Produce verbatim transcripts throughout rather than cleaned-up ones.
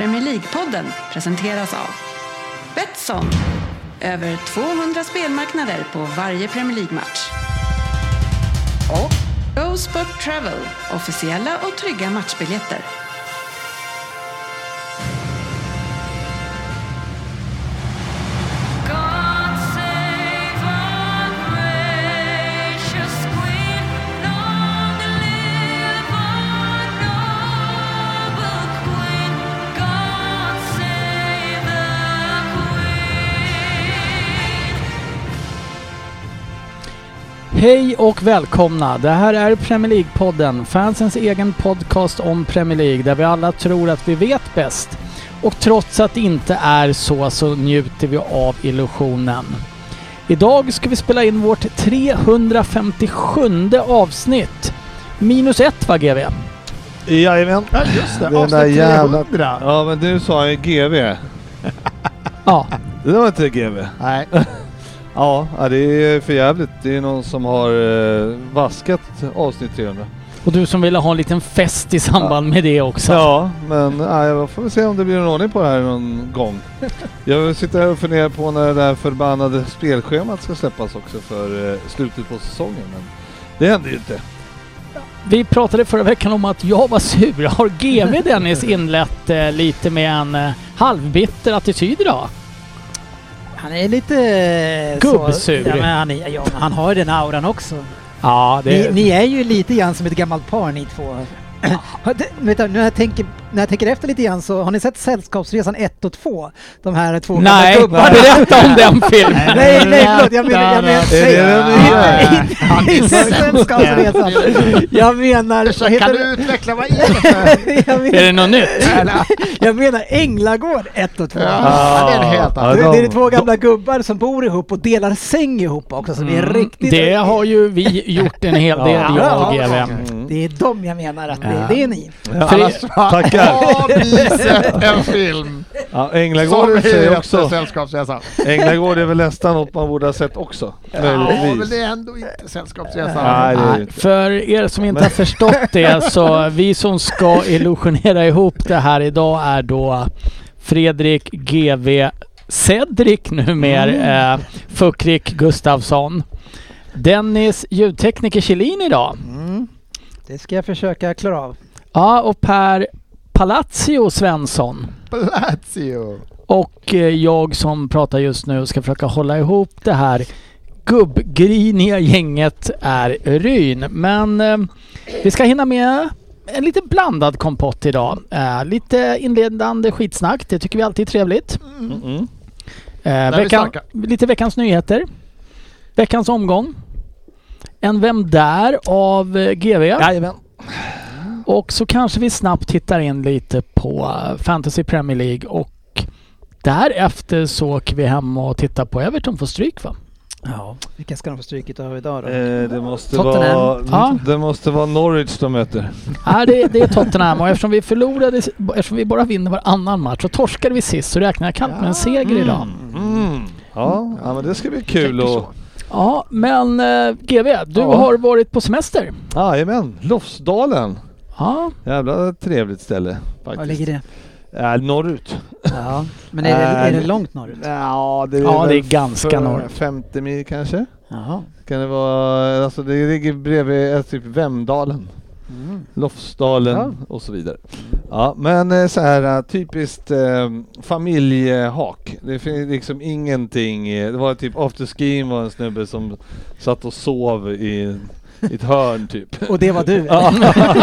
Premier League-podden presenteras av Betsson. Över tvåhundra spelmarknader på varje Premier League-match. Och Go Sport Travel. Officiella och trygga matchbiljetter. Hej och välkomna! Det här är Premier League-podden, fansens egen podcast om Premier League där vi alla tror att vi vet bäst. Och trots att det inte är så så njuter vi av illusionen. Idag ska vi spela in vårt trehundrafemtiosjunde avsnitt. Minus ett va G V? Jajamän. Ja just det, Den avsnitt där jävla... trehundra. Ja men du sa ju G V. Ja. Det var inte G V. Nej. Ja, det är för jävligt. Det är någon som har eh, vaskat avsnitt trehundra. Och du som ville ha en liten fest i samband ja. med det också. Ja, men nej, jag får väl se om det blir en ordning på det här någon gång. Jag sitter här och funderar på när det där förbannade spelschemat ska släppas också för eh, slutet på säsongen. Men det händer ju inte. Vi pratade förra veckan om att jag var sur. Har G V Dennis inlett eh, lite med en eh, halvbitter attityd idag? Han är lite gubbsur. Ja, men han, är, ja, men han har ju den auran också. Ja, det... ni, ni är ju lite grann som ett gammalt par ni två. Vet du, när, jag tänker, när jag tänker efter lite grann så har ni sett Sällskapsresan ett och två? De här två nej, gubbarna. Berätta om den filmen. nej, nej, förlåt. Jag menar, jag menar, inte Sällskapsresan. Jag menar... Så kan du utveckla vad är det? Är det något nytt? Jag menar Änglagård ett och två. Ja, det är helt annat. Det är två gamla gubbar som bor ihop och delar säng ihop också. Så det är riktigt... Det har ju vi gjort en hel del, jag och G V. Det är de jag menar att det, det är ni. Ja. Tackar. Har vi sett en film? Ja, Änglagård är också. Sällskapsresan. Änglagård är väl nästan något man borde ha sett också. Ja, men det är ändå inte Sällskapsresan. Nej, det är inte. För er som inte har förstått det så vi som ska illusionera ihop det här idag är då Fredrik G V Cedric numer mm. eh, Fukrik Gustafsson. Dennis ljudtekniker Kjellin idag. Mm. Det ska jag försöka klara av. Ja, och Per Palazzo Svensson. Palazzo. Och eh, jag som pratar just nu ska försöka hålla ihop det här gubbgriniga gänget är Ryn. Men eh, vi ska hinna med en lite blandad kompott idag. Eh, lite inledande skitsnack, det tycker vi alltid är trevligt. Mm. Mm. Eh, veckan, lite veckans nyheter. Veckans omgång. En Vem där av eh, G V. Jajamän. Och så kanske vi snabbt tittar in lite på Fantasy Premier League och därefter så åker vi hem och tittar på Everton för stryk va? Ja, vilka ska de få stryket av idag då? Eh, det, måste Tottenham. vara, Ja. det måste vara Norwich de möter. Ja, det, det är Tottenham och eftersom vi förlorade, eftersom vi bara vinner varannan match och torskade vi sist så räknar jag kallt med en seger idag. Mm. Ja, ja, men det ska bli kul och... Ja, men äh, G V, du ja. har varit på semester. Jajamän, Lofsdalen. Ja. Jävla trevligt ställe faktiskt. Var ligger det? Äh, norrut. Ja, men är det, är det långt norrut? Ja, det är, ja, det är ganska norrut. femtio mil kanske. Jaha. Kan det vara, alltså det ligger bredvid äh, typ Vemdalen. Mm. Lofsdalen ja. och så vidare. Ja, men så här typiskt eh, familjehak. Det finns liksom ingenting. Det var typ afterski var en snubbe som satt och sov i, i ett hörn typ. Och det var du? Ja.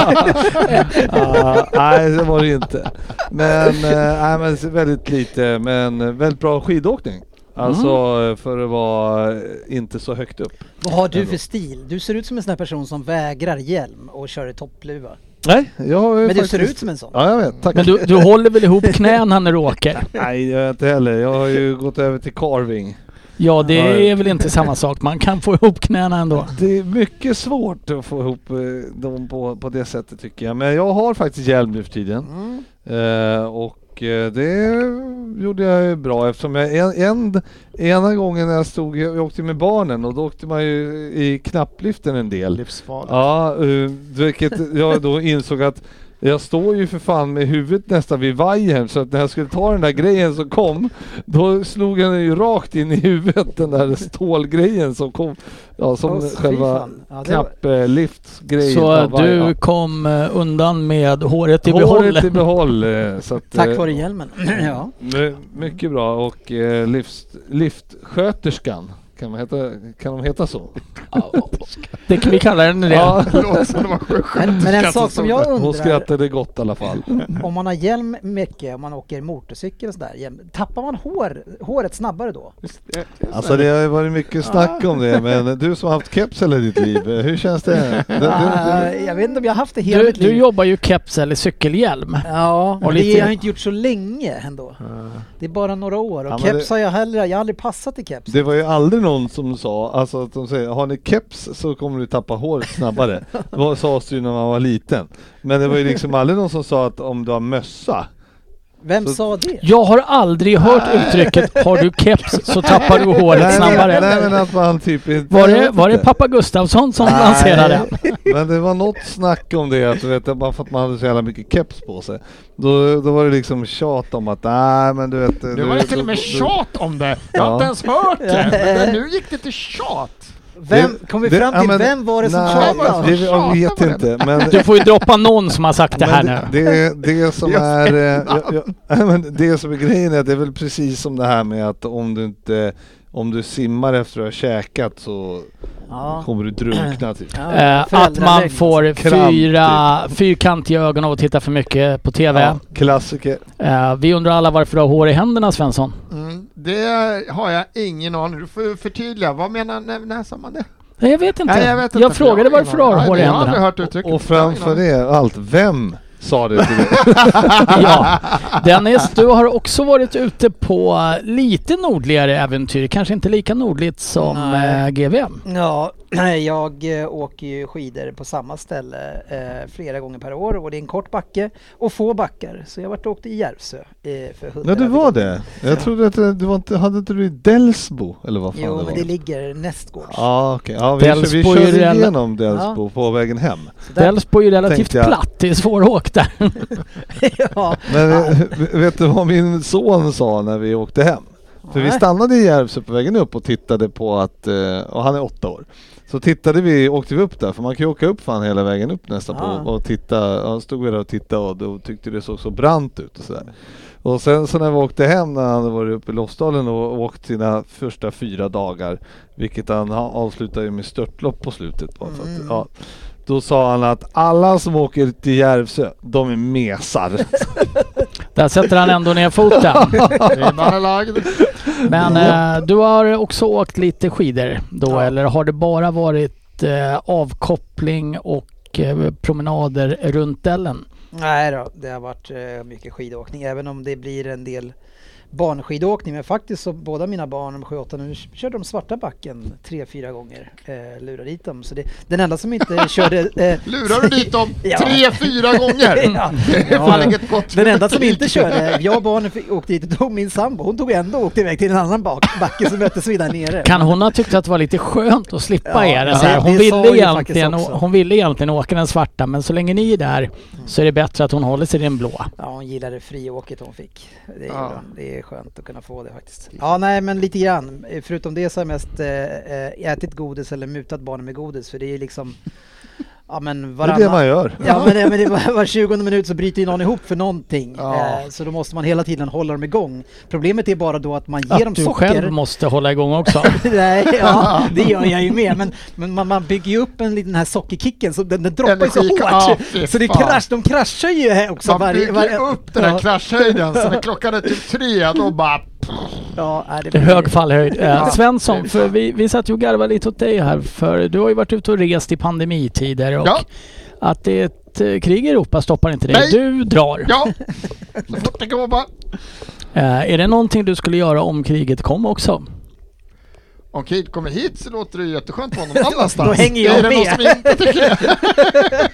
Ja, nej, det var det inte. Men, eh, nej, men väldigt lite, men väldigt bra skidåkning. Alltså mm. för att vara inte så högt upp. Vad har du för stil? Du ser ut som en sån här person som vägrar hjälm och kör i toppluva. Nej, jag har ju Men faktiskt... du ser ut som en sån. Ja, jag vet. Tack. Men du, du håller väl ihop knäna när du åker? Nej, jag vet inte heller. Jag har ju gått över till carving. Ja, det är väl inte samma sak. Man kan få ihop knäna ändå. Det är mycket svårt att få ihop dem på, på det sättet tycker jag. Men jag har faktiskt hjälm nu för tiden. Mm. Uh, och det gjorde jag bra eftersom jag en, en, ena gången när jag stod, jag åkte med barnen och då åkte man ju i knappliften en del. Livsfarligt. Ja, uh, vilket jag då insåg att Jag står ju för fan med huvudet nästan vid vajern, så att när jag skulle ta den där grejen som kom, då slog jag den ju rakt in i huvudet, den där stålgrejen som kom, ja, som Oh, själva ja, knappliftsgrejen. Så du ja. kom undan med håret i behåll? Håret i behåll. Så att, tack vare hjälmen. Ja. Mycket bra. Och eh, lift, liftsköterskan, kan, man heta, kan de heta så? Det kan vi kalla den det. Ja. men, men en sak som jag undrar... Hon skrattade gott i alla fall. Om man har hjälm mycket, om man åker motorcykel och sådär, tappar man hår, håret snabbare då? Alltså det har varit mycket snack om det, men du som har haft keps hela ditt liv, hur känns det? det, det, det jag vet inte om jag har haft det hela du, mitt liv. Du jobbar ju keps eller cykelhjälm. Ja, och lite... det har jag inte gjort så länge ändå. Mm. Det är bara några år. Och ja, keps det... har jag heller, jag har aldrig passat i keps. Det var ju aldrig någon som sa, alltså att de säger, har ni keps så kommer du tappa håret snabbare. Det sades ju när man var liten. Men det var ju liksom aldrig någon som sa att om du har mössa. Vem så... sa det? Jag har aldrig hört uttrycket har du keps så tappar du håret nej, snabbare. Nej, men att man typ inte, var, det, var det pappa Gustafsson som nej, lanserade? Men det var något snack om det, att du vet, bara för att man hade så jävla mycket keps på sig. Då, då var det liksom tjat om att nej men du vet. Det du, var ju till du, och med du, tjat om det. Jag har ja. inte ens hört det. Men nu gick det till tjat. Vem, kom vi fram till, det, ja, men, vem var det som tjatade? Det, jag vet inte. Men, du får ju droppa någon som har sagt det här det, nu. Det, det, som är, jag, jag, men det som är grejen är att det är väl precis som det här med att om du inte om du simmar efter att ha käkat så ja. kommer du drunkna typ. Ja, äh, att man får fyra typ. fyrkantiga ögon av att titta för mycket på tv. Ja, klassiker. Äh, vi undrar alla varför du har hår i händerna, Svensson. Mm, det har jag ingen aning. Du får förtydliga. Vad menar när, när sa man det? Nej, jag vet inte. Nej, jag, vet inte. jag frågade jag varför du har hår i händerna. Jag har hört uttrycket. Och framför det allt, vem sa det till dig? Ja, Dennis, du har också varit ute på lite nordligare äventyr, kanske inte lika nordligt som äh, G V M. Ja, jag äh, åker ju skidor på samma ställe äh, flera gånger per år och det är en kort backe och få backar. Så jag har varit och åkt i Järvsö äh, för hundra. Ja, du var det. Jag ja. trodde att du var inte, hade inte du i Delsbo eller vad fan jo, det var? Jo, men det ligger nästgårds. Ah, okay. Ja, vi, Delsbo vi körde rel- igenom Delsbo ja. på vägen hem. Delsbo är ju relativt jag... platt, det är svåråkt där. ja. Men ja. vet du vad min son sa när vi åkte hem? För vi stannade i Järvsö på vägen upp och tittade på att, och han är åtta år. Så tittade vi, åkte vi upp där, för man kan ju åka upp fan hela vägen upp nästan ja. på och titta. Han stod där och tittade och då tyckte det såg så brant ut och sådär. Och sen så när vi åkte hem, när han var uppe i Lofsdalen och åkt sina första fyra dagar, vilket han avslutade med störtlopp på slutet. Bara för att, ja. Då sa han att alla som åker till Järvsö, de är mesar. Där sätter han ändå ner foten. Men äh, du har också åkt lite skidor då, ja. eller har det bara varit äh, avkoppling och äh, promenader runt Dellen? Nej då, det har varit äh, mycket skidåkning, även om det blir en del barnskidåkning, men faktiskt så båda mina barn om sju åtta nu körde de svarta backen tre fyra gånger, eh, lurade dit dem, så det, den enda som inte körde eh, lurar du dit dem ja. tre fyra gånger? ja. Det är fan inget gott. Den enda som inte körde, jag och barnen fick, åkte dit och tog min sambo, hon tog ändå åkte iväg till en annan bak, backe som möttes vi där nere. Kan hon ha tyckt att det var lite skönt att slippa ja, er? Så ja, hon, ville egentligen, hon ville egentligen åka den svarta, men så länge ni är där mm. så är det bättre att hon håller sig i den blå. Ja, hon gillade friåket hon fick. Det är, ja. det är skönt att kunna få det faktiskt. Ja, nej, men lite grann. Förutom det så har jag mest äh, ätit godis eller mutat barnen med godis, för det är liksom ja, men varannan, det är det man gör. Ja, men, det, men det var, var tjugonde minut så bryter ju någon ihop för någonting. Ja. Eh, så då måste man hela tiden hålla dem igång. Problemet är bara då att man ger att dem du socker. Du själv måste hålla igång också. Nej, ja, det gör jag ju med. Men, men man, man bygger ju upp en liten här sockerkicken så den, den droppar ju så hårt. Ja, så det krasch, de kraschar ju här också. Man varje, bygger varje, upp den här ja. kraschhöjden så när klockan är typ tre då bara... Ja, är det är hög fallhöjd. Ja. Svensson, för vi, vi satt ju och garvade lite åt dig här, för du har ju varit ute och rest i pandemitider och ja. att det är ett uh, krig i Europa stoppar inte dig. Nej. Du drar. Ja, så fort det går bara. Uh, är det någonting du skulle göra om kriget kom också? Om kriget kommer hit så låter det jätteskönt på honom annanstans. Då hänger jag är det med. Någon som inte tycker det?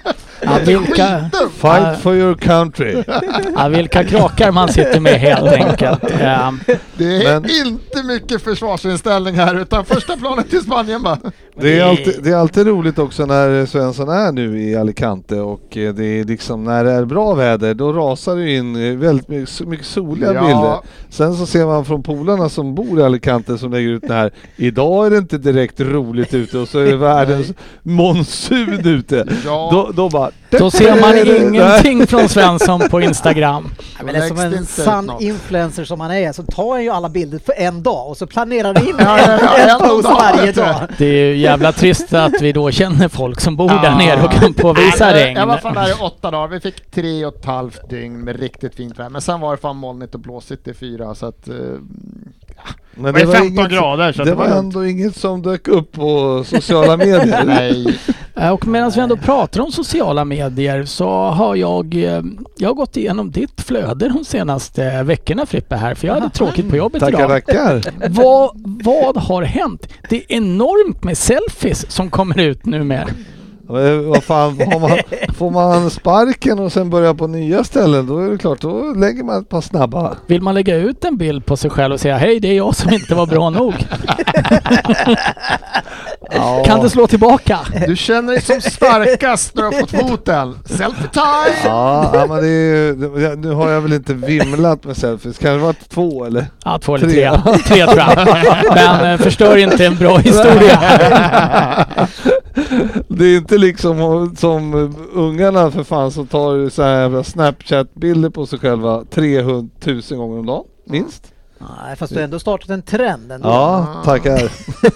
Ja, vilka, Fight for your country. ja, vilka krakar man sitter med helt enkelt. Ja. Det är Men- inte mycket försvarsinställning här, utan första planet till Spanien bara. Det är, alltid, det är alltid roligt också när Svensson är nu i Alicante och eh, det är liksom när det är bra väder då rasar det in eh, väldigt mycket, mycket soliga Ja. bilder. Sen så ser man från polarna som bor i Alicante som lägger ut det här. Idag är det inte direkt roligt ute och så är det världens monsun ute. Ja. Då, då bara... Då ser man ingenting från Svensson på Instagram. Ja, men det är som Läggs det en inte ut sann något. influencer som han är, så tar han ju alla bilder för en dag och så planerar han in Ja, ja, ja, en, en en post dag, varje vet du. dag. Det är ju jävla trist att vi då känner folk som bor där Ja. nere och kan påvisa Nej, regn. Jag var fan där i åtta dagar. Vi fick tre och ett halvt dygn med riktigt fint väder. Men sen var det fan molnigt och blåsigt i fyra. Så att, eh, Men det var femton grader, så det, det var var ändå inget som dök upp på sociala medier. nej. Eh, Och medan vi ändå pratar om sociala medier så har jag, eh, jag har gått igenom ditt flöde de senaste veckorna, Frippe, här. För jag hade tråkigt på jobbet Tackar, idag. tackar. Vad, vad har hänt? Det är enormt med selfies som kommer ut nu med. Eh, Vad fan, får man, får man sparken och sen börja på nya ställen, då är det klart, då lägger man ett par snabba. Vill man lägga ut en bild på sig själv och säga hej, det är jag som inte var bra nog? Ja. Kan det slå tillbaka? Du känner dig som starkast när du har fått foten. Selfie time! Ja, ja, men det är, det, nu har jag väl inte vimlat med selfies. Kan det vara två eller? Ja, två eller Tre. tre. Tre tror jag. Men eh, förstör inte en bra historia. Det är inte liksom som ungarna för fan som tar så här jävla Snapchat-bilder på sig själva trehundratusen gånger om dagen, minst. Nej, fast du har ändå startat en trend ändå. Ja, tackar.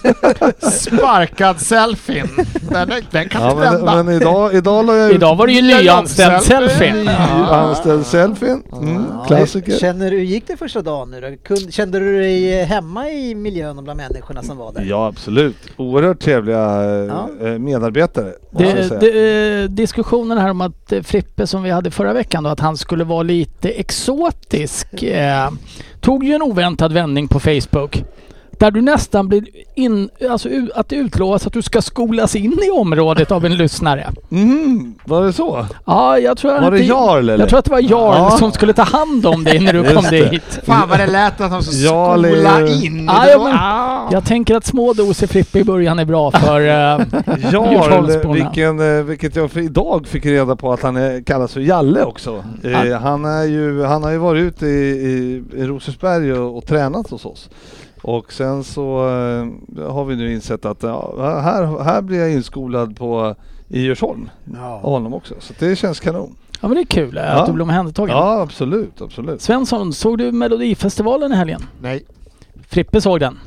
Sparkad selfien. Den, den kan Ja, inte men, vända. men idag, idag la jag ut Idag var det ju Nya nyanställd jobbselfie. selfie. nyanställd selfien. Mm, Ja, klassiker. Känner du, hur gick det första dagen nu då? Kun- Kände du dig hemma i miljön och bland människorna som var där? Ja, absolut. Oerhört trevliga Ja. eh, medarbetare. måste jag Det, säga. det, eh, diskussionen här om att eh, Frippe som vi hade förra veckan då, att han skulle vara lite exotisk eh, tog ju en oväntad vändning på Facebook. Där du nästan blir in, alltså u- att det utlovas att du ska skolas in i området av en lyssnare. Mm, var det så? Ja, jag tror Var att det Jarl eller? Jag tror att det var Jarl Ja. som skulle ta hand om dig när du Just kom det. dit. Fan vad det lät att han så Ja, det är skola ju- in. Ah, Det ja, var- men- ah. Jag tänker att små doser Frippe i början är bra för uh, Jarl, Djursholmsborna. vilken, eh, vilket jag för idag fick reda på att han är, kallas för Jalle också. Eh, han, är ju, han har ju varit ute i, i, i Rosersberg och, och tränat hos oss. Och sen så eh, har vi nu insett att ja, här, här blir jag inskolad på i Djursholm. Ja. Och honom också. Så det känns kanon. Ja, men det är kul eh, Ja. att du blir omhändertagen. Ja, absolut, absolut. Svensson, såg du Melodifestivalen i helgen? Nej. Frippe såg den.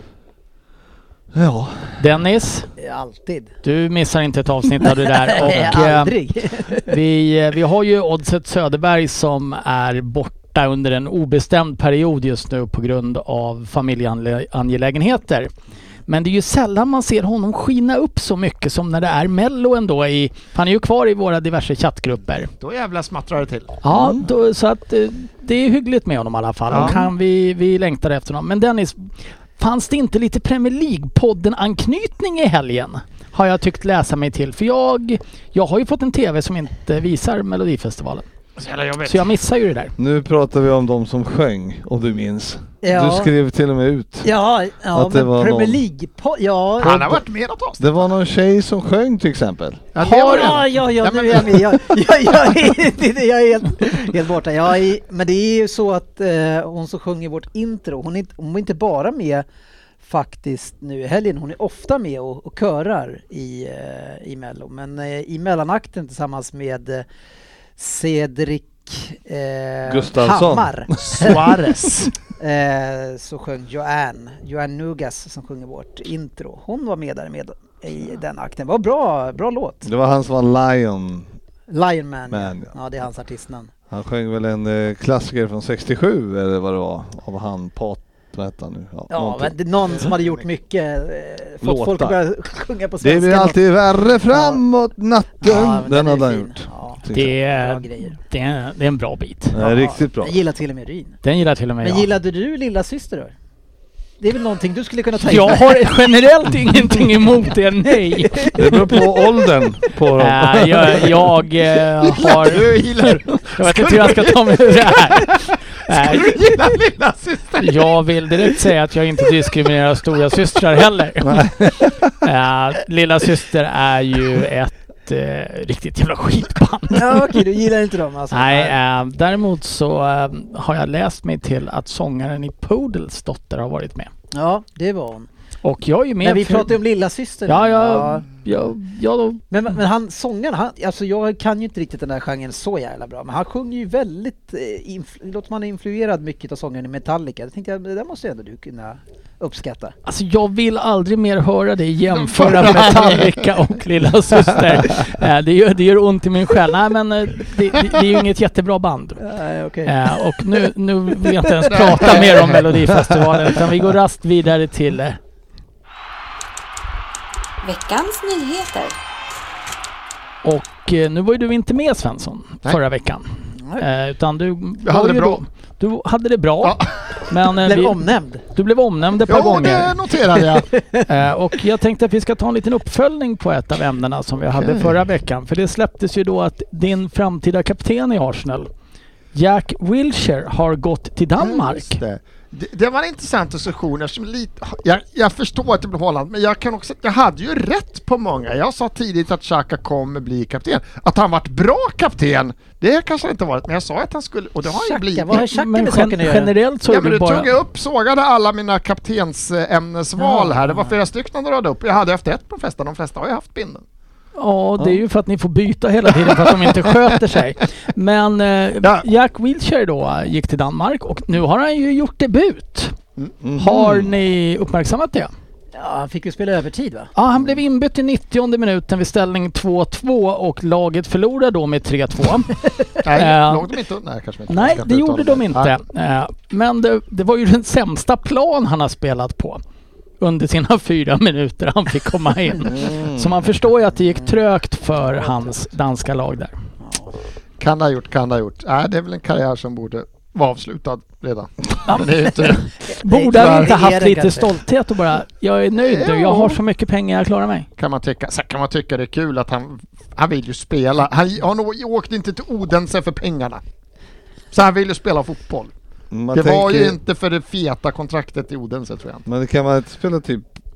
Ja. Dennis, Alltid. du missar inte ett avsnitt av det där. Och, eh, Aldrig. vi, eh, vi har ju Oddset Söderberg som är borta under en obestämd period just nu på grund av familjeangelägenheter. Men det är ju sällan man ser honom skina upp så mycket som när det är Mello ändå i... Han är ju kvar i våra diverse chattgrupper. Då jävla smattrar det till. Ja, då, så att eh, det är hyggligt med honom i alla fall. Ja. Och han, vi, vi längtar efter honom. Men Dennis, fanns det inte lite Premier League-podden-anknytning i helgen? Har jag tyckt läsa mig till. För jag, jag har ju fått en tv som inte visar Melodifestivalen. Så jävla jobbigt. Så jag missar ju det där. Nu pratar vi om de som sjöng, om du minns. Ja. Du skrev till och med ut. Ja, ja Att det men var Premier någon- League... Po- ja, Han har varit med något avsnitt. Det var någon tjej som sjöng till exempel. Ja, det var ja, det. ja, ja, Ja, nu men- är jag med. Jag, jag, jag, är, jag är helt, helt borta. Jag är, men det är ju så att eh, hon som sjunger vårt intro, hon är, inte, hon är inte bara med faktiskt nu i helgen, hon är ofta med och, och körar i, eh, i Mello. Men eh, i mellanakten tillsammans med eh, Cedric eh, Gustafsson. Hammar Suarez. eh, så sjöng Joanne, Joanne Nugas som sjunger vårt intro. Hon var med där med i den akten. Det var bra, bra låt. Det var han som var Lion. Lion Man, Man, ja. ja. ja det är hans artistnamn. Han sjöng väl en eh, klassiker från sextiosju eller vad det var. Av han, Pat, vad hette han nu? Ja, Ja, någonting. men det är någon som hade gjort mycket, eh, fått Låtar. folk att börja sjunga på Det svenska. blir alltid värre framåt natten. Ja, men den är hade han fin. gjort. Ja, Det är, bra grejer. det är, det är en bra bit. Ja, riktigt bra. Jag gillar till och med Ryn. Den gillar till och med Men jag. gillade du Lilla Syster då? det är väl någonting du skulle kunna ta in? Jag har generellt ingenting emot det, nej. Det beror på åldern på dem. Äh, jag jag äh, har... Du gillar... Jag vet inte hur jag ska ta mig ur det här. Ska du gilla lilla syster? Jag vill direkt säga att jag inte diskriminerar stora systrar heller. äh, lilla syster är ju ett äh, riktigt jävla skitband. Ja, okej, du gillar inte dem alltså. Nej, äh, däremot så äh, har jag läst mig till att sångaren i Poodles dotter har varit med. Ja, det var hon. Och jag är ju med. Men vi för... pratar ju om lilla syster. Ja, ja, ja. ja, ja då. Men, men han sångaren, han, alltså jag kan ju inte riktigt den där genren så jävla bra, men han sjunger ju väldigt, eh, influ- låter man influerad mycket av sångaren i Metallica. Jag tänkte jag, det där måste ändå du kunna uppskatta. Alltså jag vill aldrig mer höra det jämföra Metallica och lilla syster. äh, det, gör, det gör ont i min själ. Nej, men det, det, det är ju inget jättebra band. Nej, okay. äh, och nu, nu vill jag inte ens prata mer om Melodifestivalen, utan vi går rast vidare till eh, veckans nyheter. Och eh, nu var ju du inte med, Svensson, Nej. förra veckan. Eh, utan du Jag hade det bra. Då, du hade det bra. Ja. Men eh, blev vi, omnämnd. du blev omnämnd ett par Ja, gånger. det noterade jag. Eh, och jag tänkte att vi ska ta en liten uppföljning på ett av ämnena som vi hade Okej. förra veckan. För det släpptes ju då att din framtida kapten i Arsenal, Jack Wilshere, har gått till Danmark. Just det. Det, det var en intressant diskussion. Eftersom lite, jag, jag förstår att det blir Holland, men jag kan också, jag hade ju rätt på många. Jag sa tidigt att Xhaka kommer bli kapten. Att han varit bra kapten, det kanske inte varit, men jag sa att han skulle, och det har han ju blivit. Vad har Xhaka Men med gen- saken att göra? generellt så Ja, är men det du bara... tog jag upp, sågade alla mina kaptensämnesval Ja. här. Det var flera stycken jag radade upp. Jag hade efter ett på de flesta. De flesta har ju haft binden. Ja, det är ju för att ni får byta hela tiden för att de inte sköter sig. Men eh, Ja. Jack Wilshere då gick till Danmark och nu har han ju gjort debut. Mm. Har ni uppmärksammat det? Ja, han fick ju spela övertid, va? Ja, han blev inbytt i nittionde minuten vid ställning två två och laget förlorade då med tre två. Nej, Eh, låg de inte under? Nej, kanske inte. Nej, Jag ska det inte gjorde uttala de mig. inte. Eh, Men det, det var ju den sämsta plan han har spelat på under sina fyra minuter han fick komma in. Mm. Så man förstår ju att det gick trögt för hans danska lag där. Kan ha gjort, kan ha gjort. Nej, det är väl en karriär som borde vara avslutad redan. Ja. Men det är ju inte... Borde han inte det är haft det lite kanske. stolthet och bara, jag är nöjd nu, jag har så mycket pengar, jag klarar mig. Kan man tycka. Sen kan man tycka det är kul att han, han vill ju spela. Han har nog åkt inte till Odense för pengarna. Så han vill ju spela fotboll. Man det var ju tänker- inte för det feta kontraktet i Odense, tror jag inte. Men det kan man inte spela typ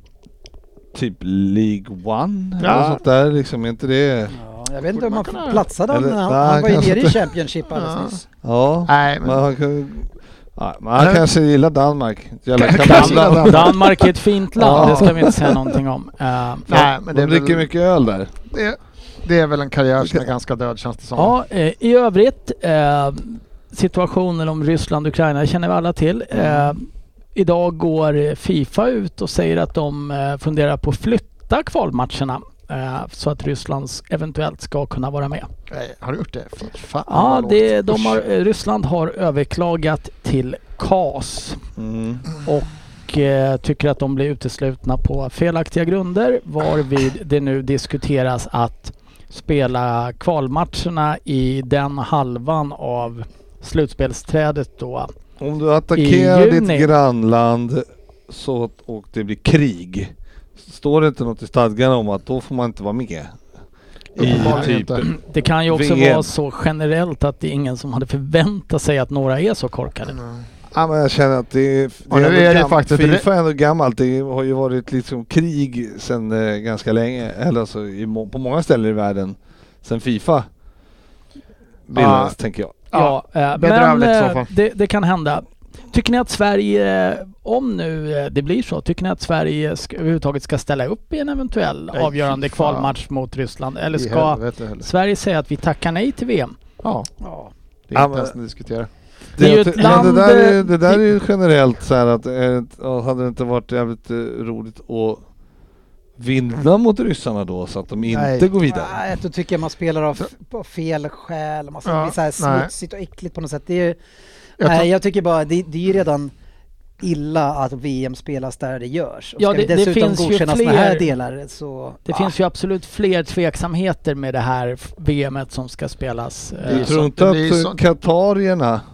typ League One Ja. eller sånt där liksom, är inte det? Ja, jag vet inte om man han kunna- platsade han, Eller- han, nej, han var ju kanske nere i inte. Championship alldeles Ja. nyss. Ja, Nej, men men... han, kan, ja, men han Nej. kanske gillar Danmark. Jävla Kanske kapella. gillar Danmark är ett fint land, Ja. det ska vi inte säga någonting om. Uh, Nej, men det De är, dricker väl, mycket öl där. det, det är väl en karriär som är ganska död, känns det som. ja, eh, i övrigt, eh, situationen om Ryssland-Ukraina känner vi alla till. Eh, idag går FIFA ut och säger att de eh, funderar på att flytta kvalmatcherna eh, så att Ryssland eventuellt ska kunna vara med. Nej, har du gjort det? Fy fan, Ja, vad det, lågt. de har, eh, Ryssland har överklagat till C A S Mm. och eh, tycker att de blir uteslutna på felaktiga grunder, varvid det nu diskuteras att spela kvalmatcherna i den halvan av slutspelsträdet då. Om du attackerar I juni. ditt grannland så, och det blir krig, står det inte något i stadgarna om att då får man inte vara med? I Uppenbarligen typ inte. Det kan ju också V M. vara så generellt att det är ingen som hade förväntat sig att några är så korkade. Ja, men jag känner att det är, Ja, nu ändå är det gam- faktiskt- FIFA är ändå gammalt. Det har ju varit liksom krig sedan eh, ganska länge, eller alltså i må- på många ställen i världen sedan FIFA bildades, Ja. tänker jag. Ja, eh, men bedrövligt i så eh, fall. det, det kan hända. Tycker ni att Sverige, eh, om nu eh, det blir så, tycker ni att Sverige ska, överhuvudtaget ska ställa upp i en eventuell Nej, avgörande fy fan. kvalmatch mot Ryssland? Eller I ska helvete heller. Sverige säga att vi tackar nej till V M? Ja, Ja. det är Ja, inte men- ens att diskutera. Det är ju det, ett men land, det där är, eh, det där är det- ju generellt så här att eh, ja, hade det inte varit jävligt eh, roligt att vinna mot ryssarna då så att de inte Nej. går vidare. Nej, då tycker jag man spelar av på fel skäl. Man ska Ja, bli så här nej. smutsigt och äckligt på något sätt. Det är ju, Jag nej, tror- jag tycker bara det, det är ju redan illa att V M spelas där det görs. Och Ja, ska det- vi det dessutom finns ju godkänna såna fler- här delar så... Det ah. finns ju absolut fler tveksamheter med det här V Met som ska spelas. eh, Det är Jag så- tror inte det blir att så- eh, katarierna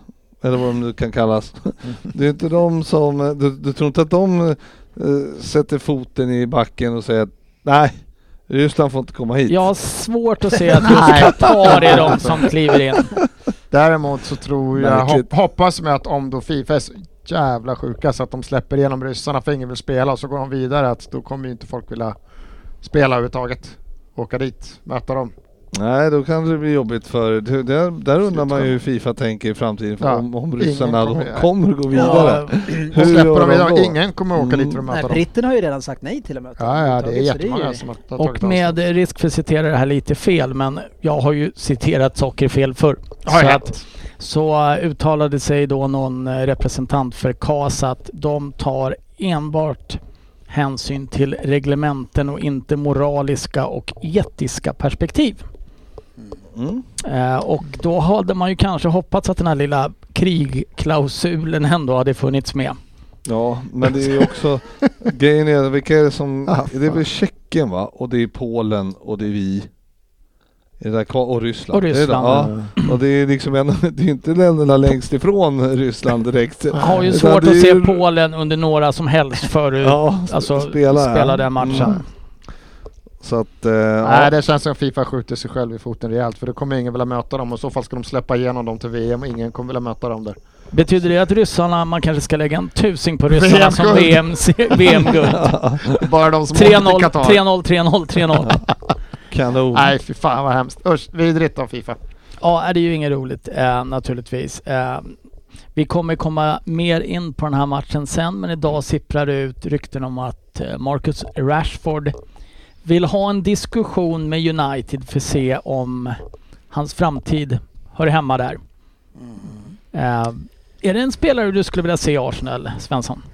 eller vad de nu kan kallas. Det är inte de som, du, du tror inte att de uh, sätter foten i backen och säger att nej, Ryssland får inte komma hit. Jag har svårt att se att just Qatar är de som kliver in. Däremot så tror jag, Märkligt. hopp, hoppas med att om då FIFA är så jävla sjuka så att de släpper igenom ryssarna för ingen vill spela och så går de vidare, att då kommer ju inte folk vilja spela överhuvudtaget. Åka dit, möta dem. Nej, då kan det bli jobbigt för det, där, där undrar man ju hur FIFA tänker i framtiden för Ja, om, om ryssarna kommer, kommer, kommer gå vidare. Ja, Och släpper gör de vidare, då? ingen kommer åka dit för att möta Nej, dem. britterna har ju redan sagt nej till att möta Ja, ja, dem. det är Så jättemånga ju- som har tagit och med avstånd. risk för att citera det här lite fel, men jag har ju citerat saker fel förr. Har Så, jag att, så uh, uttalade sig då någon uh, representant för C A S att de tar enbart hänsyn till reglementen och inte moraliska och etiska perspektiv. Mm. Uh, och då hade man ju kanske hoppats att den här lilla krigklausulen ändå hade funnits med. Ja, men det är ju också grejen är, vilka är det som, Ah, det är väl Tjeckien va? Och det är Polen och det är vi. Är det där, kvar- och Ryssland. Och Ryssland. Det är det, ja. Och det är liksom en, det är inte länderna längst ifrån Ryssland direkt. Jag har ju Utan svårt det att är se ju- Polen under några som helst förut. Ja, Alltså spela, spela ja. den matchen. Mm. Så att, eh, Nej, ja. det känns som att FIFA skjuter sig själv i foten rejält, för då kommer ingen vilja möta dem och i så fall ska de släppa igenom dem till V M och ingen kommer vilja möta dem där. Betyder det att ryssarna, man kanske ska lägga en tusing på ryssarna som V V M V M-guld? Bara de som tre åker till noll, Qatar. tre noll, tre noll, tre noll. Kanon. Nej, fy fan vad hemskt. Usch, vidrigt av FIFA. Ja, det är ju inget roligt eh, naturligtvis. Eh, vi kommer komma mer in på den här matchen sen, men idag sipprar det ut rykten om att eh, Marcus Rashford vill ha en diskussion med United för att se om hans framtid hör hemma där. Eh, är det en spelare du skulle vilja se i Arsenal, Svensson?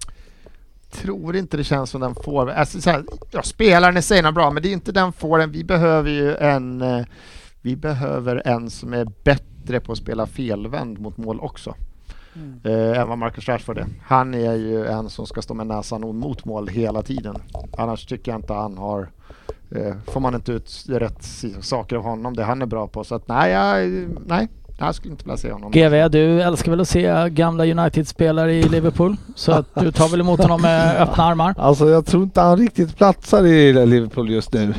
Tror inte det känns som den får. Alltså, så här, ja, spelaren i sig är bra, men det är inte den får. Vi behöver ju en eh, vi behöver en som är bättre på att spela felvänd mot mål också. Mm. Eh, än vad Marcus Rashford är. Han är ju en som ska stå med näsan mot mål hela tiden. Annars tycker jag inte han har eh, får man inte ut rätt saker av honom. Det han är bra på. Så att nej, jag, nej. Jag skulle inte vilja se honom. G V, du älskar väl att se gamla United-spelare i Liverpool? Så att du tar väl emot honom med öppna armar? Alltså jag tror inte han riktigt platsar i Liverpool just nu.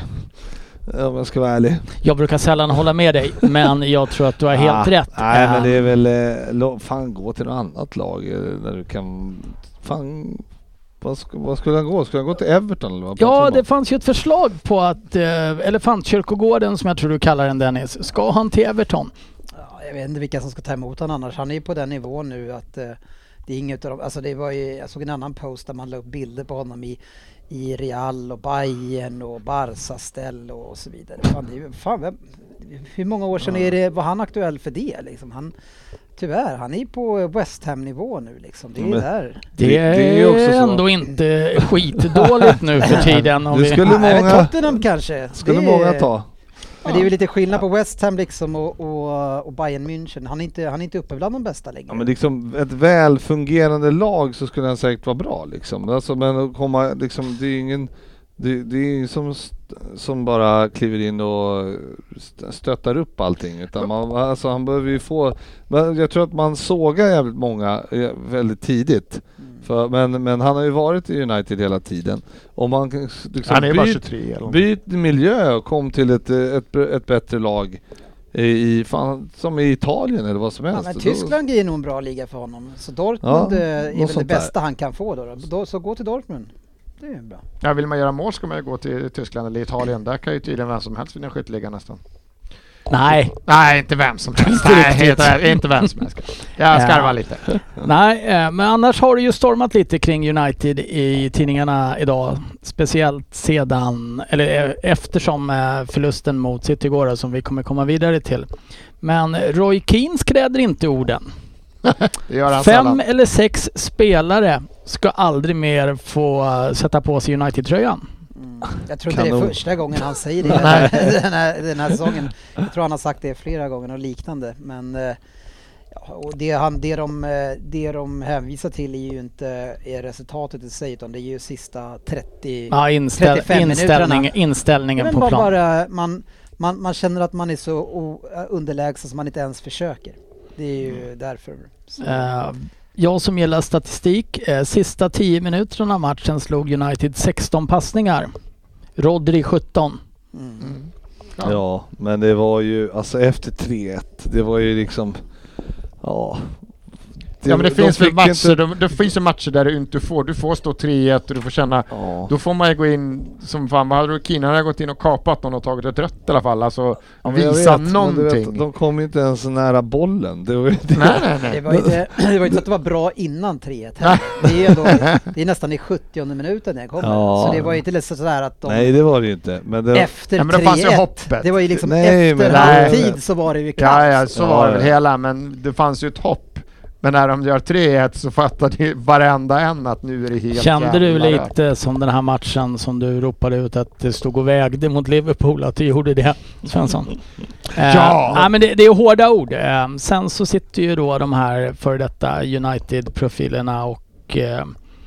Om jag ska vara ärlig. Jag brukar sällan hålla med dig, men jag tror att du har helt ah, rätt. Nej, men det är Um, väl eh, lo- fan gå till något annat lag eh, där du kan fan vad, sk- vad skulle han gå? Skulle han gå till Everton eller vad pratar Ja, de om? det fanns ju ett förslag på att eh, Elefantkyrkogården, som jag tror du kallar den, Dennis, ska han till Everton? Ja, jag vet inte vilka som ska ta emot honom annars. Han är ju på den nivån nu att eh, det är inget av dem. Alltså det var ju, jag såg en annan post där man la upp bilder på honom i, i Real och Bayern och Barca-ställ och så vidare. Fan, det är, ju- fan vem, hur många år sedan är det, var han aktuell för det? Liksom? Han, tyvärr, han är på West Ham-nivå nu. Liksom. Det är Men- där. Det, Det- det är ju också så. ändå inte skitdåligt nu för tiden. Om Det vi, skulle Ja, men många, Tottenham kanske. skulle Det- många ta. Men det är ju lite skillnad på West Ham liksom och, och, och Bayern München. Han är, inte, han är inte uppe bland de bästa längre. Ja, men liksom ett väl fungerande lag så skulle han säkert vara bra liksom. Alltså, men att komma liksom, det är ingen det, det är ingen som, som bara kliver in och st- stöttar upp allting, utan man, alltså, han behöver ju få, men jag tror att man sågar jävligt många eh, väldigt tidigt. För, men, men han har ju varit i United hela tiden. Om man kan, liksom, Han är bara byt, tjugotre eller byt miljö och kom till ett, ett, ett bättre lag i, i fan, som i Italien eller vad som Ja, helst. men Då- Tyskland är nog en bra liga för honom. Så Dortmund Ja, eh, är väl det sånt där. bästa han kan få då, då. då. Så gå till Dortmund. Det är ju bra. Ja, vill man göra mål ska man ju gå till Tyskland eller Italien. Där kan ju tydligen vem som helst vinna skytteligan nästan. nej, Nej, inte vem som helst. Inte Nej, riktigt. inte, inte vem som helst. Jag skarvar Ja. lite. nej, eh, men annars har det ju stormat lite kring United i tidningarna idag. Speciellt sedan, eller eh, eftersom eh, förlusten mot City igår då, som vi kommer komma vidare till. Men Roy Keane skräder inte orden. Det gör han Fem sällan. eller sex spelare ska aldrig mer få uh, sätta på sig United-tröjan. Mm. Jag tror inte det Kanon. är första gången han säger det den här, den, här, den här säsongen. Jag tror han har sagt det flera gånger och liknande. Men eh, ja, och det, han, det, de, eh, det de hänvisar till är ju inte är resultatet i sig, utan det är ju sista trettio Ja, inställ, trettiofem inställning, minuterna. inställningen Men på bara, plan. bara, man, man, man känner att man är så o, underlägsen som man inte ens försöker. Det är ju därför. Uh, jag som gillar statistik, uh, sista tio minuterna av matchen slog United sexton passningar. Rodri sjutton. Mm. Mm. Ja. ja, men det var ju, alltså efter tre ett, det var ju liksom, ja. Det, ja men det de finns väl matcher, inte... det, det finns ju matcher där du inte får, du får stå tre ett och du får känna, ja. Då får man ju gå in som fan, vad hade du, Kina hade gått in och kapat någon och tagit ett rött i alla fall, alltså ja, visa vet, någonting. Vet, de kom ju inte ens nära bollen. Det var ju det. Nej, nej, nej. Det var inte, det var inte så att det var bra innan tre ett heller. Det är, ändå, det är nästan i sjuttionde minuten det kommer. Ja. Så det var ju inte så sådär att de... Nej, det var det ju inte. Men det... Efter ja, men det tre ett, det var ju liksom nej, efter halvtid så var det ju klart. Ja, ja, så ja, var det väl hela, men det fanns ju ett hopp. Men när de gör tre ett så fattar de varenda en att nu är det helt. Kände du lite rört. Som den här matchen som du ropade ut att det stod och vägde mot Liverpool, att du gjorde det, Svensson? Ja! Uh, nej, men det, det är hårda ord. Uh, sen så sitter ju då de här för detta United-profilerna och uh,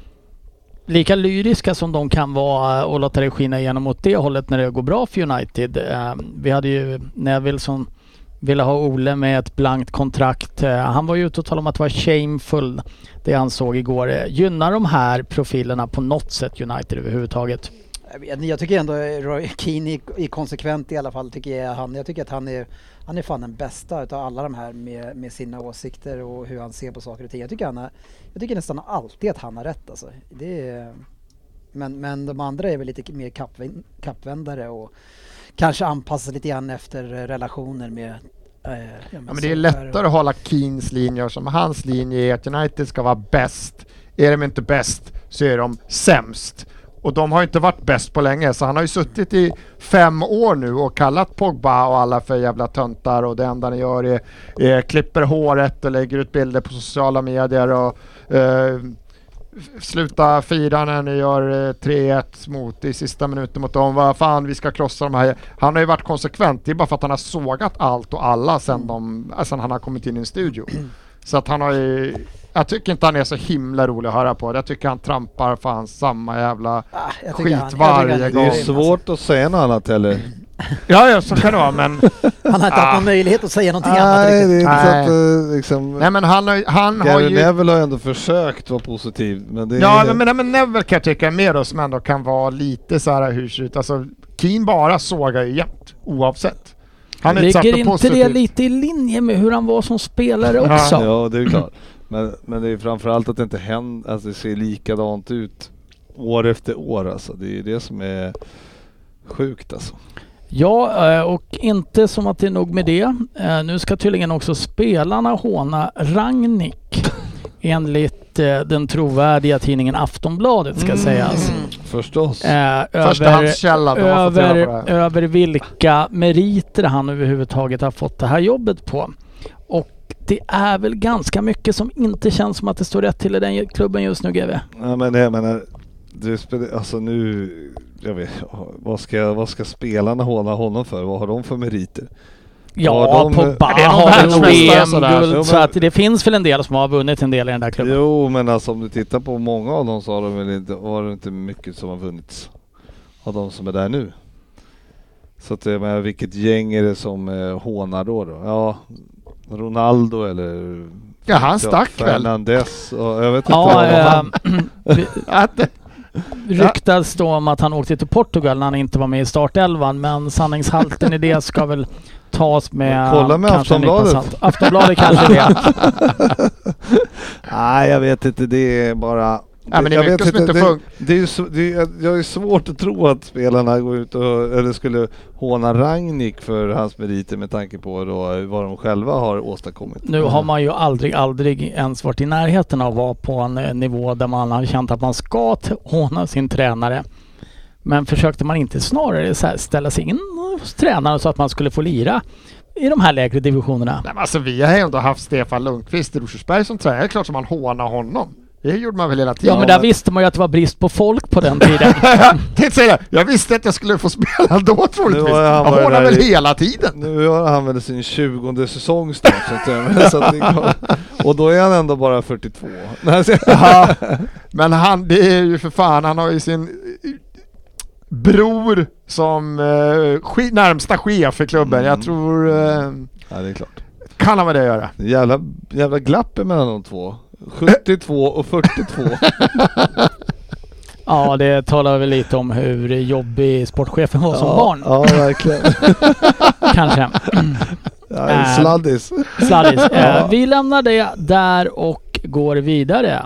lika lyriska som de kan vara och låta det skina igenom åt det hållet när det går bra för United. Uh, vi hade ju Neville som ville ha Ole med ett blankt kontrakt. Uh, han var ju ute och talade om att det var shameful det han såg igår. Uh, gynnar de här profilerna på något sätt United överhuvudtaget? Jag, jag tycker ändå Roy Keane är, är konsekvent i alla fall, tycker jag. Han, jag tycker att han är, han är fan den bästa utav alla de här med, med sina åsikter och hur han ser på saker och ting. Jag tycker, han är, jag tycker nästan alltid att han har rätt alltså. Det är, men, men de andra är väl lite mer kappvänd, kappvändare och kanske anpassar lite grann efter relationer med äh, ja, ja, men det är lättare att hålla Keens linje, som hans linje är att United ska vara bäst. Är de inte bäst så är de sämst. Och de har inte varit bäst på länge, så han har ju suttit i fem år nu och kallat Pogba och alla för jävla töntar, och det enda ni gör är, är klipper håret och lägger ut bilder på sociala medier och eh, sluta fira när ni gör eh, tre ett mot i sista minuten mot dem. Vad fan, vi ska krossa de här. Han har ju varit konsekvent, det är bara för att han har sågat allt och alla sen, de, sen han har kommit in i en studio. Så att han har ju, jag tycker inte han är så himla rolig att höra på. Jag tycker han trampar fan samma jävla ah, skit han, varje gång. Det är svårt att säga något annat heller. Ja, ja, så kan det vara, men han har inte ah. haft någon möjlighet att säga någonting Nej, annat. Det är inte Nej. så att, uh, liksom, Nej, men han har, han Gary har ju... Neville har ändå försökt vara positiv. Men det ja, är... men, men Neville kan jag tycka är med oss, som ändå kan vara lite så här hur ser ut. Alltså, Keane bara sågar ju jämt, oavsett. Han är ligger inte positivt. Det lite i linje med hur han var som spelare också? Ja, det är klart. Men, men det är framförallt att det inte händer, alltså det ser likadant ut år efter år alltså. Det är ju det som är sjukt alltså. Ja, och inte som att det är nog med det. Nu ska tydligen också spelarna håna Rangnick enligt den trovärdiga tidningen Aftonbladet ska mm. sägas. Förstås. Eh, över, över, över vilka meriter han överhuvudtaget har fått det här jobbet på. Och det är väl ganska mycket som inte känns som att det står rätt till i den klubben just nu, G V. Ja, men jag menar, du spelar, alltså nu, jag vet, vad ska, vad ska spelarna håna honom för? Vad har de för meriter? Ja, de, Pogba har en V M-guld, så att det finns väl en del som har vunnit en del i den där klubben. Jo, men alltså om du tittar på många av dem så har de väl inte, har det inte mycket som har vunnits av de som är där nu. Så att jag menar, vilket gäng är det som eh, hånar då då? Ja, Ronaldo eller... Ja, han stack ja, väl. Fernandes och jag vet inte. Ja, äh, ryktas då om att han åkte till Portugal när han inte var med i startelvan, men sanningshalten i det ska väl tas med... Kolla med Aftonbladet. Aftonbladet kanske det. Nej, jag vet inte, det är bara... Ja, men det, jag vet inte, inte, det, det, är så, det är, jag är svårt att tro att spelarna går ut och eller skulle håna Rangnick för hans meriter med tanke på då vad de själva har åstadkommit. Nu har man ju aldrig, aldrig ens varit i närheten av att vara på en nivå där man har känt att man ska håna sin tränare. Men försökte man inte snarare så här ställa sig in hos tränaren så att man skulle få lira i de här lägre divisionerna? Nej, men alltså, vi har ändå haft Stefan Lundqvist i Rosersberg som tränare. Det är klart som man hånar honom. Det gjorde man väl hela tiden. Ja, men där visste man ju att det var brist på folk på den tiden. jag, säga, jag visste att jag skulle få spela då, troligtvis. Han hånar väl hela tiden. Nu har han väl sin tjugonde säsong snart. så att det, och då är han ändå bara fyrtiotvå. ja, men han, det är ju för fan, han har ju sin bror som eh, sk- närmsta chef i klubben. Mm. Jag tror... Eh, ja, det är klart. kan ha med det att göra. Jävla, jävla glapp mellan de två. sjuttiotvå och fyrtiotvå. Ja, det talar väl lite om hur jobbig sportchefen var som ja, barn. Ja, verkligen. Kanske. Ja, sladdis. Sladdis. Eh, vi lämnar det där och går vidare.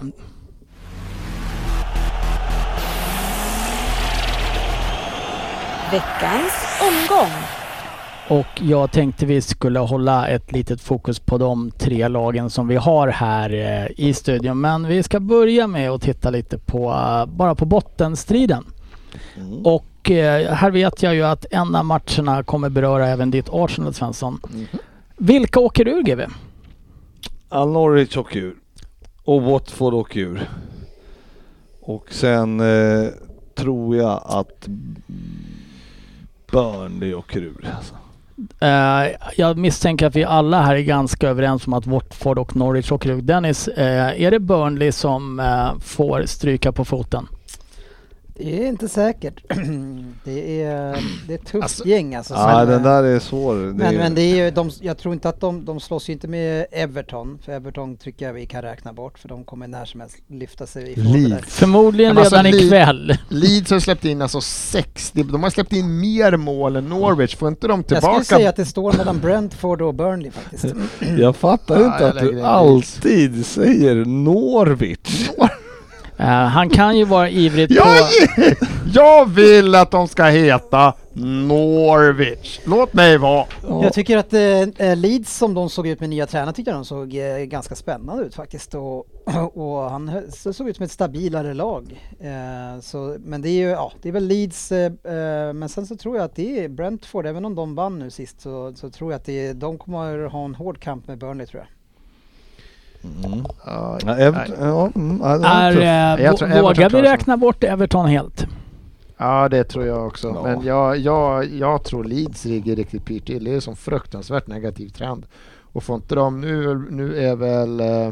Veckans omgång. Och jag tänkte vi skulle hålla ett litet fokus på de tre lagen som vi har här eh, i studion. Men vi ska börja med att titta lite på uh, bara på bottenstriden. Mm. Och eh, här vet jag ju att en av matcherna kommer beröra även ditt Arsenal, Svensson. Mm. Vilka åker ur, G V? All Norwich åker ur. Och Watford åker ur. Och sen eh, tror jag att Burnley åker ur. Alltså. Uh, jag misstänker att vi alla här är ganska överens om att Watford och Norwich åker ur. Dennis, uh, är det Burnley som uh, får stryka på foten? Det är inte säkert. det är det är ett tufft alltså, gäng alltså. Ja, den där är svår. Det men, är... men det är ju de, jag tror inte att de, de slåss ju inte med Everton, för Everton tycker jag vi kan räkna bort, för de kommer när som helst lyfta sig ifrån det där. Förmodligen alltså, redan Le- ikväll. Leeds har släppt in alltså sextio, de har släppt in mer mål än Norwich, får inte de tillbaka? Jag skulle säga att det står mellan Brentford och Burnley faktiskt. Jag fattar ja, inte jag att du in alltid Leeds. säger Norwich. Uh, han kan ju vara ivrigt jag, på... jag vill att de ska heta Norwich. Låt mig vara. Ja. Jag tycker att eh, Leeds, som de såg ut med nya tränare, tycker jag de såg eh, ganska spännande ut faktiskt. Och, och han såg ut som ett stabilare lag. Eh, så, men det är ju, ja, det är väl Leeds. Eh, men sen så tror jag att det är Brentford, även om de vann nu sist, så, så tror jag att det är, de kommer ha en hård kamp med Burnley, tror jag. Mm. Uh, ja, Everton, ja, mm, ja, är, äh, jag vågar vi räkna bort Everton helt? Ja, det tror jag också. Ja. Men jag, jag, jag tror Leeds ligger riktigt pyrt till. Det är som fruktansvärt negativ trend. Och får inte de, nu, nu är väl uh,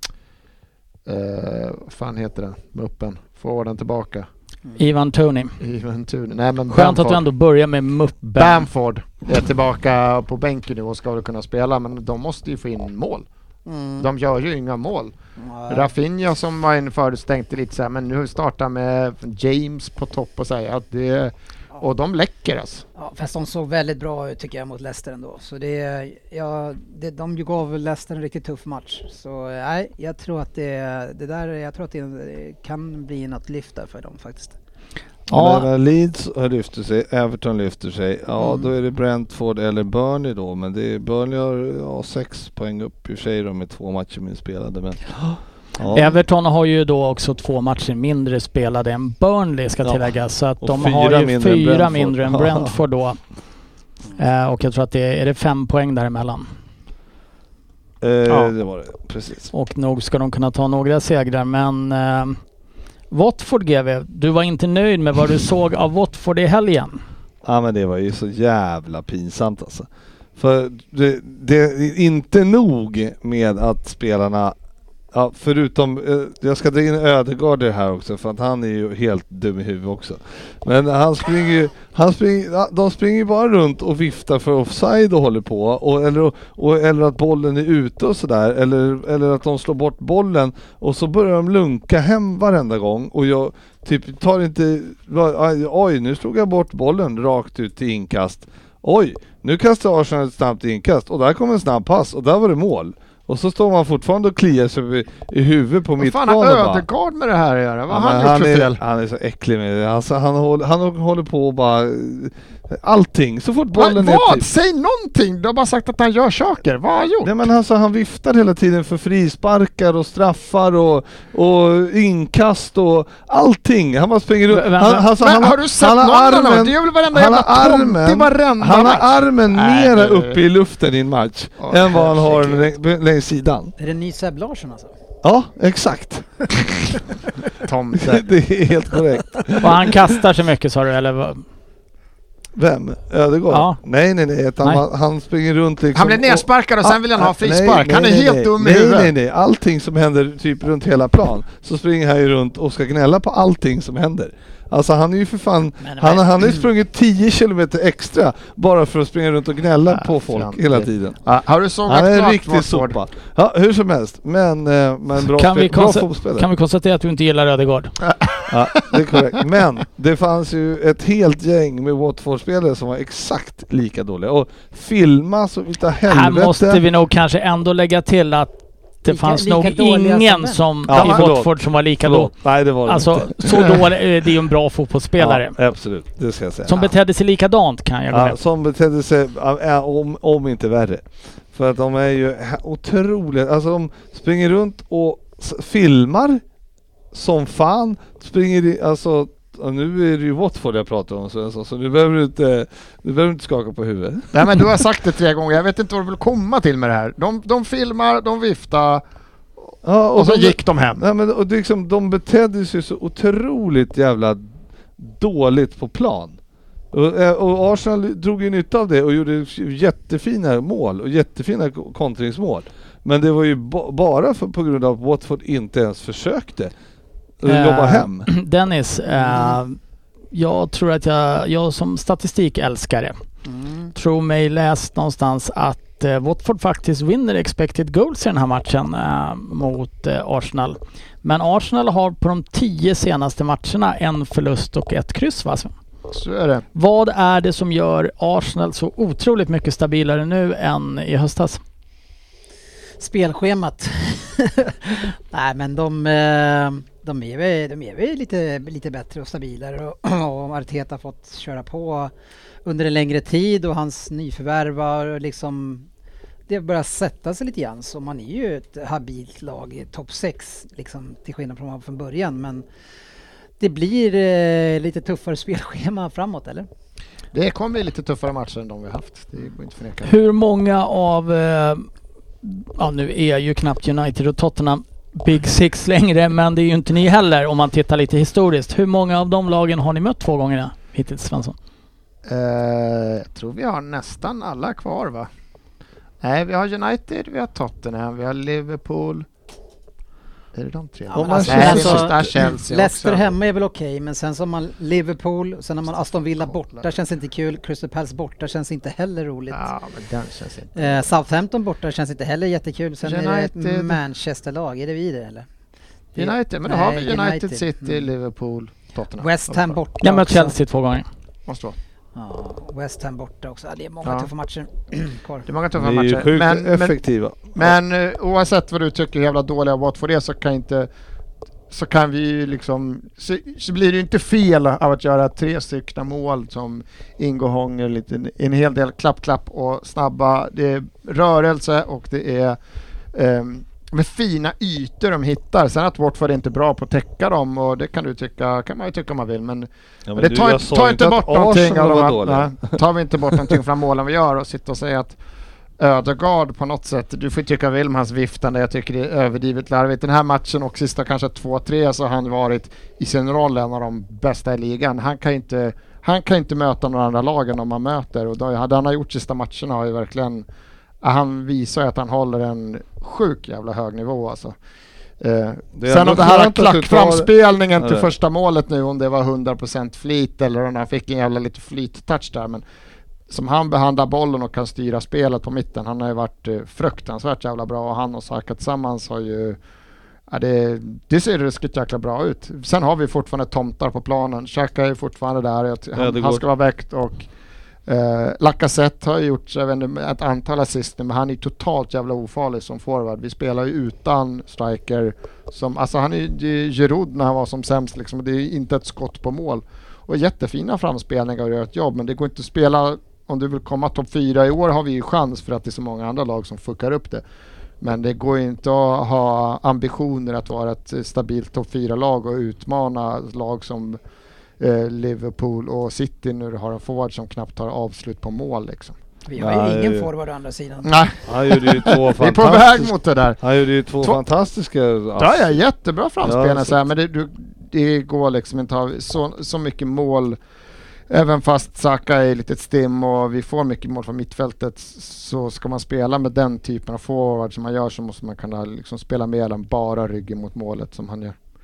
uh, vad fan heter den? Muppen. Får den tillbaka. Mm. Ivan Toney. Ivan Toney. Nej, men skönt att du ändå börjar med Muppen. Bamford är tillbaka på bänken nu och ska väl kunna spela, men de måste ju få in mål. Mm. De gör ju inga mål. Mm. Rafinha som var en förut tänkte lite så här, men nu startar med James på topp och säga att det, ja. Och de läcker alltså. Ja, fast de såg väldigt bra ut tycker jag mot Leicester ändå. Så det, ja, det, de ju gav Leicester en riktigt tuff match. Så nej, jag tror att det, det där, jag tror att det kan bli något lyft där för dem faktiskt. Ja, när Leeds lyfter sig, Everton lyfter sig, ja mm. då är det Brentford eller Burnley då, men det är, Burnley har ja, sex poäng upp i sig då med två matcher mindre spelade. Men, ja. Everton har ju då också två matcher mindre spelade än Burnley ska ja. tilläggas, så att och de har ju mindre fyra än mindre än Brentford då. eh, och jag tror att det är, är det fem poäng däremellan. Eh, ja. Det var det, precis. Och nog ska de kunna ta några segrar, men eh, Watford G V, du var inte nöjd med vad du såg av Watford i helgen. Ja, men det var ju så jävla pinsamt alltså. För det, det är inte nog med att spelarna, ja, förutom, eh, jag ska dra in Ödegaard här också för att han är ju helt dum i huvudet också. Men han springer ju, han springer, de springer ju bara runt och viftar för offside och håller på. Och, eller, och, eller att bollen är ute och sådär. Eller, eller att de slår bort bollen och så börjar de lunka hem varenda gång. Och jag typ tar inte, oj nu slog jag bort bollen rakt ut till inkast. Oj, nu kastar Arsenal ett snabbt inkast och där kom en snabb pass och där var det mål. Och så står man fortfarande och kliar sig i, i huvudet på mitt plan. Vad fan har Ödegaard med det här att göra? Vad ja, han, han, han, är, fel? han är så äcklig med det. Alltså, han, håller, han håller på och bara... Allting. Så fort bollen Va, är... Vad? Typ. Säg någonting! Du har bara sagt att han gör saker. Vad har han gjort? Nej, men alltså, han viftar hela tiden för frisparkar och straffar och, och inkast och allting. Han bara springer runt. Han, han, alltså, men han, har du sett han någon armen, annan? Det är väl varenda han jävla armen, tomte varenda Han match. har armen Nej, mera det... uppe i luften i en match oh, än vad han har längs, längs sidan. Är det ny Seb Larsson alltså? Ja, exakt. Tomte. Det är helt korrekt. Och han kastar sig mycket, sa du, eller vad? Vem? Ödegaard? Ja. Nej, nej, nej. Han, nej. han springer runt liksom. Han blir nedsparkad och, och sen vill han ha frispark. Nej, han är nej, helt nej, dum i nej, huvudet. Nej, nej, nej. Allting som händer typ runt hela plan. Så springer han ju runt och ska gnälla på allting som händer. Alltså han är ju för fan, Men- han, han har ju sprungit tio kilometer extra bara för att springa runt och gnälla Ja, på folk fan. hela tiden. Ja, har du sågat Han är en klart riktig Watford? sopa. Ja, hur som helst. Men, eh, men bra, Kan vi, spel, bra konsta- fotbollsspelare. kan vi konstatera att du inte gillar Ödegaard? Ja, det är korrekt. Men det fanns ju ett helt gäng med Watford-spelare som var exakt lika dåliga. Och filma så utav helvete. Här måste vi nog kanske ändå lägga till att det Lika- fanns lika nog dåliga ingen som vem? som Ja, i förlåt. Watford som var lika då. Förlåt. Nej, det var det Alltså inte. så dålig, eh, det är ju en bra fotbollsspelare. Ja, absolut, det ska jag säga. Som betedde sig likadant kan jag gå Ja, med. som betedde sig, ja, om, om inte värre. För att de är ju otroliga. Alltså de springer runt och s- filmar som fan. Springer i, alltså ja, nu är det ju Watford jag pratar om så, så, så nu behöver du inte, du behöver inte skaka på huvudet. Nej, men du har sagt det tre gånger, jag vet inte vad du vill komma till med det här. De, de filmar, de viftar Ja, och så de, gick de hem. Nej, men, och det liksom, de betedde sig så otroligt jävla dåligt på plan. Och, eh, och Arsenal drog ju nytta av det och gjorde jättefina mål och jättefina ko- kontringsmål. Men det var ju ba- bara för, på grund av att Watford inte ens försökte Eh, jobba hem. Dennis, eh, jag tror att jag, jag som statistikälskare Mm. tror mig läst någonstans att eh, Watford faktiskt vinner expected goals i den här matchen eh, mot eh, Arsenal. Men Arsenal har på de tio senaste matcherna en förlust och ett kryss, va? Så är det. Vad är det som gör Arsenal så otroligt mycket stabilare nu än i höstas? Spelschemat. Nej, men de, eh, de är väl, de är väl lite, lite bättre och stabilare och, och Arteta har fått köra på under en längre tid och hans nyförvärvar liksom det börjar sätta sig lite grann, så man är ju ett habilt lag i topp sex liksom, till skillnad från från början, men det blir eh, lite tuffare spelschema framåt, eller? Det kommer bli lite tuffare matcher än de vi har haft. Det går inte förneka. Hur många av, eh, ja nu är ju knappt United och Tottenham Big Six längre, men det är ju inte ni heller om man tittar lite historiskt. Hur många av de lagen har ni mött två gånger hittills, Svensson? Uh, jag tror vi har nästan alla kvar, va? Nej, vi har United, vi har Tottenham, vi har Liverpool. Är det de tre? Ja, men man alltså, Nej, känns- det alltså, är Chelsea Leicester också. hemma är väl okej, men sen så har man Liverpool, sen har man Aston Villa borta, känns inte kul. Crystal Palace borta känns inte heller roligt. Ja, men den känns inte. Eh, Southampton borta känns inte heller jättekul. Sen är det United. ett Manchester-lag, är det vidare eller? Det- United, men då Nej, har vi United, United. City, Mm. Liverpool, Tottenham. West Ham borta Jag mött också. Chelsea två gånger. Måste vara. Ja, West Ham borta också. Ja, det är många Ja. tuffa matcher kvar. Det är många tuffa De är ju matcher. sjukt Men, men, effektiva. men uh, oavsett vad du tycker hur jävla dåliga Watford är, så kan inte så kan vi ju liksom så, så blir det ju inte fel av att göra tre stycken mål som Ingo Hånger, lite, en hel del klapp-klapp och snabba. Det är rörelse och det är um, med fina ytor de hittar. Sen att Watford är inte bra på att täcka dem, och det kan du tycka, kan man ju tycka om man vill, men, Ja, men men det du, tar, jag inte- sa tar ju inte att bort någonting Arsenal av var de dåliga. här, nej, tar vi inte bort någonting från målen vi gör och sitter och säger att Ödegaard på något sätt, du får tycka väl om hans viftande, jag tycker det är överdrivet larvigt. Den här matchen och sista kanske två tre så har han varit i sin roll en av de bästa i ligan. Han kan inte, han kan inte möta några andra lagen om man möter, och då hade han har gjort sista matcherna har ju verkligen, han visar ju att han håller en sjuk jävla hög nivå alltså. Eh, Det är sen ändå om det här skönt att du tar- klackframspelningen till Ja. första målet nu, om det var hundra procent flit eller om han fick en jävla lite flyt-touch där, men som han behandlar bollen och kan styra spelet på mitten, han har ju varit eh, fruktansvärt jävla bra, och han och Saka tillsammans har ju, ja, det, det ser ruskigt jäkla bra ut. Sen har vi fortfarande tomtar på planen. Saka är fortfarande där, jag, Ja, han, det han går. ska vara väckt, och eh, Lacazette har gjort jag vet inte, ett antal assist nu, men han är totalt jävla ofarlig som forward. Vi spelar ju utan striker som, alltså han är ju Giroud när han var som sämst liksom, och det är inte ett skott på mål. Och jättefina framspelningar och gör ett jobb, men det går inte att spela. Om du vill komma topp fyra i år har vi ju chans, för att det är så många andra lag som fuckar upp det. Men det går inte att ha ambitioner att vara ett stabilt topp fyra lag och utmana lag som eh, Liverpool och City nu har en forward som knappt tar avslut på mål liksom. Vi har ju Nej. ingen forward å andra sidan. Nej, Han gjorde ju två vi är på väg fantastiska... mot det där. Han gjorde ju två, Två- fantastiska... Ja, ja, jättebra framspelning Ja, så här, men det, du, det går liksom inte att ha så, så mycket mål. Även fast Saka är lite stim och vi får mycket mål från mittfältet, så ska man spela med den typen av forward som man gör, så måste man kunna liksom spela mer än bara ryggen mot målet som han gör.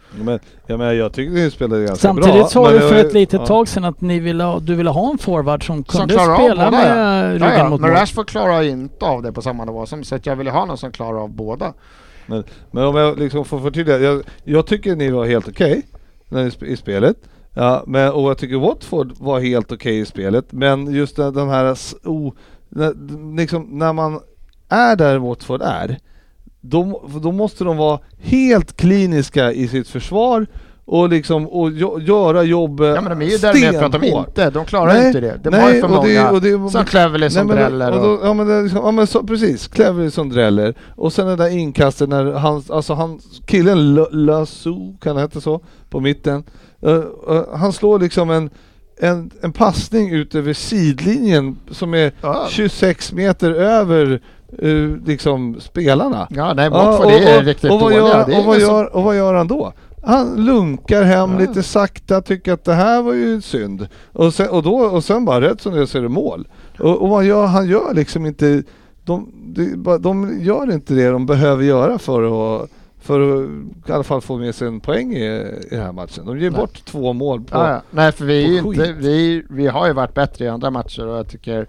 Men, ja, men jag tycker ni spelade ganska Samtidigt bra. sa du för jag, ett litet ja. tag sedan att ni ville ha, du ville ha en forward som kunde klarar av spela båda, med ja. ryggen Ja, ja. mot Men mål. Rashford klarar inte av det på samma nivå som, så att jag ville ha någon som klarar av båda. Men, men om jag liksom får förtydliga, jag, jag tycker ni var helt okej okay i spelet. Ja, men, och jag tycker Watford var helt okej okay i spelet. Men just den, den här, oh, när, liksom, när man är där Watford är, då, då måste de vara helt kliniska i sitt försvar och liksom och jo, göra jobb. Ja, men de är ju där med för att de inte, de klarar nej, inte det. De nej, har ju för många det, och det, som Cleverley, Sondreller och... och... Ja men, det, liksom, ja, men så, precis, Cleverley, Sondreller och sen den där inkastet när han, alltså han, killen Lasso, kan det heta så, på mitten. Uh, uh, han slår liksom en en, en passning ut över sidlinjen som är ja. tjugosex meter över uh, liksom spelarna. Ja, nej, bort för ja, det är riktigt och, och, dåliga. gör, det är och, vad som... gör, och vad gör han då? Han lunkar hem ja. lite sakta, tycker att det här var ju synd. Och sen, och då, och sen bara rätt som det så är det mål. Och, och vad gör, han gör liksom inte, de, de, de gör inte det de behöver göra för att, för att i alla fall få med sig en poäng i, i den här matchen. De ger Nej. bort två mål på ja, ja. Nej, för vi, är ju inte, vi, vi har ju varit bättre i andra matcher och jag tycker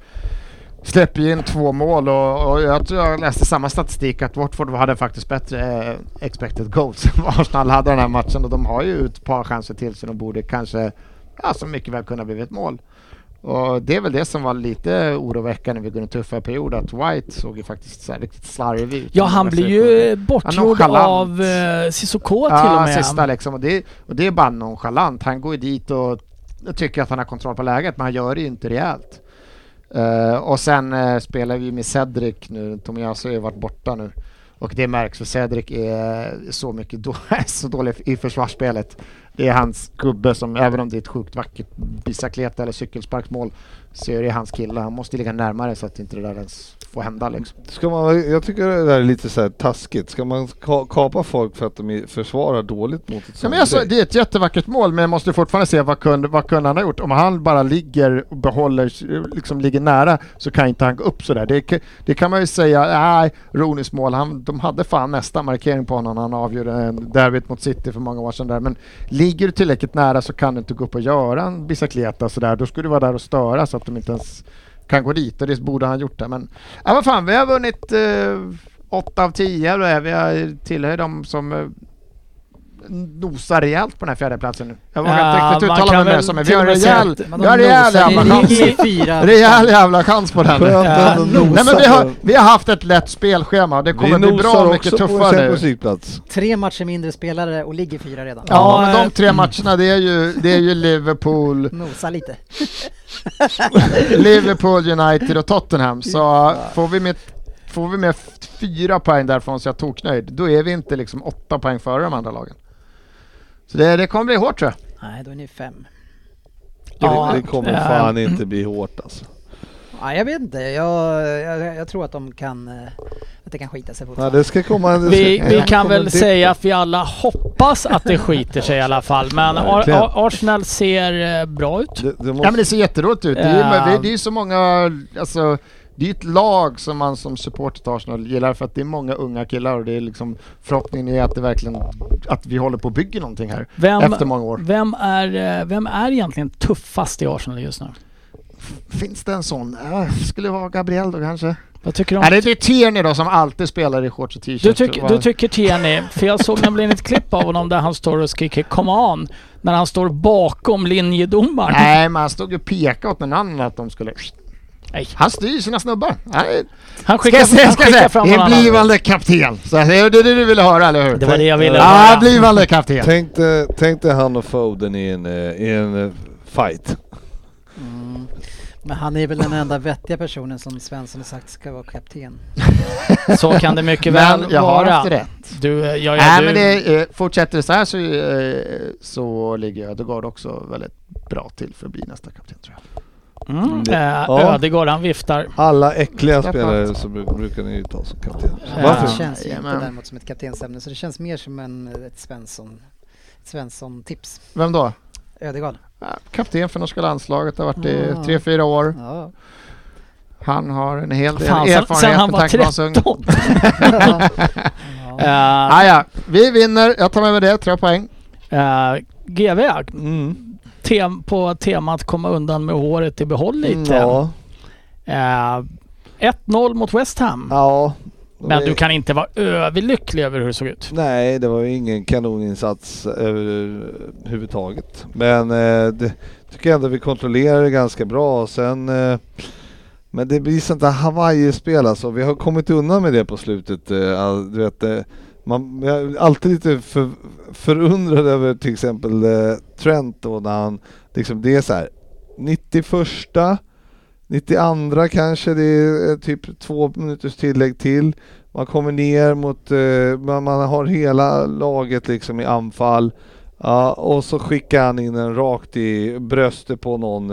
släpper in två mål och, och jag tror jag läste samma statistik att Watford hade faktiskt bättre eh, expected goals än vad Arsenal hade den här matchen och de har ju ett par chanser till så de borde kanske ja, så mycket väl kunna bli ett mål. Och det är väl det som var lite oroväckande när vi går en tuffare period att White såg ju faktiskt så här riktigt slarvig ut. Ja, han blir ju bortgjord av uh, Sissoko ja, till och med. Sista liksom och det, och det är bara nonchalant. Han går ju dit och tycker att han har kontroll på läget men han gör det ju inte rejält. Uh, och sen uh, spelar vi med Cedric nu. Tomiyasu har ju varit borta nu. Och det märks för Cedric är så mycket då- så dålig i försvarsspelet. Det är hans gubbe som, även om det är ett sjukt vackert bicykleta eller cykelsparksmål, så är det hans kille. Han måste ligga närmare så att inte det där ens får hända liksom. Ska man, jag tycker det där är lite så här taskigt. Ska man ka- kapa folk för att de försvarar dåligt mot ett sånt? Ja, men alltså, det är ett jättevackert mål, men jag måste fortfarande se vad kunde, vad kunde han ha gjort. Om han bara ligger och behåller, liksom ligger nära, så kan inte han gå upp så där. Det, det kan man ju säga, nej, Rooneys mål, han, de hade fan nästa markering på honom. Han avgjorde en derby mot City för många år sedan där, men ligger du tillräckligt nära så kan du inte gå upp och göra en bicicleta så där. Då skulle du vara där och störa så att de inte ens kan gå dit, och det borde han gjort det. Men ja, vad fan, vi har vunnit eh, åtta av tio och vi har tillhör de som eh, nosar rejält på den här fjärde platsen nu. Jag vågar ja, inte riktigt uttala mig med som, men vi har rejäl, vi har rejäl jävla chans. Rejäl jävla chans på den. Ja. Nej, men vi har, vi har haft ett lätt spelschema. Det kommer bli bra mycket tuffare nu. Tre matcher mindre spelare och ligger fyra redan. Ja, ja, men de tre matcherna, det är ju, det är ju Liverpool. Nosa lite. Liverpool, United och Tottenham. Så ja. får vi med får vi med fyra poäng därifrån så jag tog nöjd. Då är vi inte liksom åtta poäng före de andra lagen. Så det, det kommer bli hårt, tror jag. Nej, då är ni fem. Ja, det kommer ja. fan inte bli hårt alltså. Ja, jag vet inte. Jag, jag, jag tror att de kan att det kan skita sig ja, det ska komma en, vi, vi kan väl säga att vi alla hoppas att det skiter sig i alla fall. Men Ar- Ar- Arsenal ser bra ut. Det, det måste... Ja, men det ser jätteroligt ut. Det är, uh. det är så många, alltså, det är ett lag som man som supporter till Arsenal gillar för att det är många unga killar och det är liksom förhoppningen är att det verkligen att vi håller på att bygga någonting här vem, efter många år. Vem är, vem är egentligen tuffast i Arsenal just nu? Finns det en sån? Ja, skulle vara Gabriel då kanske. Vad tycker du om? Nej, det är Tierney då som alltid spelar i shorts och t-shirt. Du, tyck, du tycker Tierney, för jag såg nämligen ett klipp av honom där han står och skriker come on när han står bakom linjedomaren. Nej, men han stod och pekade åt någon annan att de skulle... Nej. Han styr sina snubbar. Nej. Han skickar, ska han skickar säga, fram en blivande kapten. Så det är det du ville höra, eller hur? Det var det jag ville ja, höra. Ja, blivande kapten. Tänkte, tänkte han och Foden i en, i en fight. Mm. Men han är väl den enda vettiga personen som Svensson har sagt ska vara kapten. Så kan det mycket väl men jag vara. Har haft rätt. Du, ja, ja, Nej, du... men det, eh, fortsätter det så här så, eh, så ligger Ödegaard också väldigt bra till för att bli nästa kapten, tror jag. Mm. Det, ja. Ödegaard, han viftar. Alla äckliga spelare så brukar ni ju ta som kapten. Ja. Varför? Det känns ju inte däremot som ett kaptensämne, så det känns mer som en, ett Svensson ett Svensson-tips. Vem då? Ödegaard. Ja, kapten för norska landslaget har varit i ja. tre, fyra år. Ja. Han har en hel del Fan, erfarenhet. Sen han var tretton. ja. Ja. Ah, ja. Vi vinner. Jag tar med mig det. Tre poäng. Uh, G V Mm. tem- på temat komma undan med håret i behåll lite. Ja. Uh, ett noll mot West Ham. Ja. Men du kan inte vara överlycklig över hur det såg ut. Nej, det var ju ingen kanoninsats överhuvudtaget. Men eh, det tycker jag ändå vi kontrollerar det ganska bra. Sen, eh, men det blir sånt där Hawaii-spel alltså. Vi har kommit undan med det på slutet. Eh, du vet, eh, man jag är alltid lite för, förundrad över till exempel eh, Trent då, när han liksom, det är så här nittioförsta nittioandra kanske, det är typ två minuters tillägg till. Man kommer ner mot, eh, man, man har hela laget liksom i anfall. Ja, och så skickar han in en rakt i bröstet på någon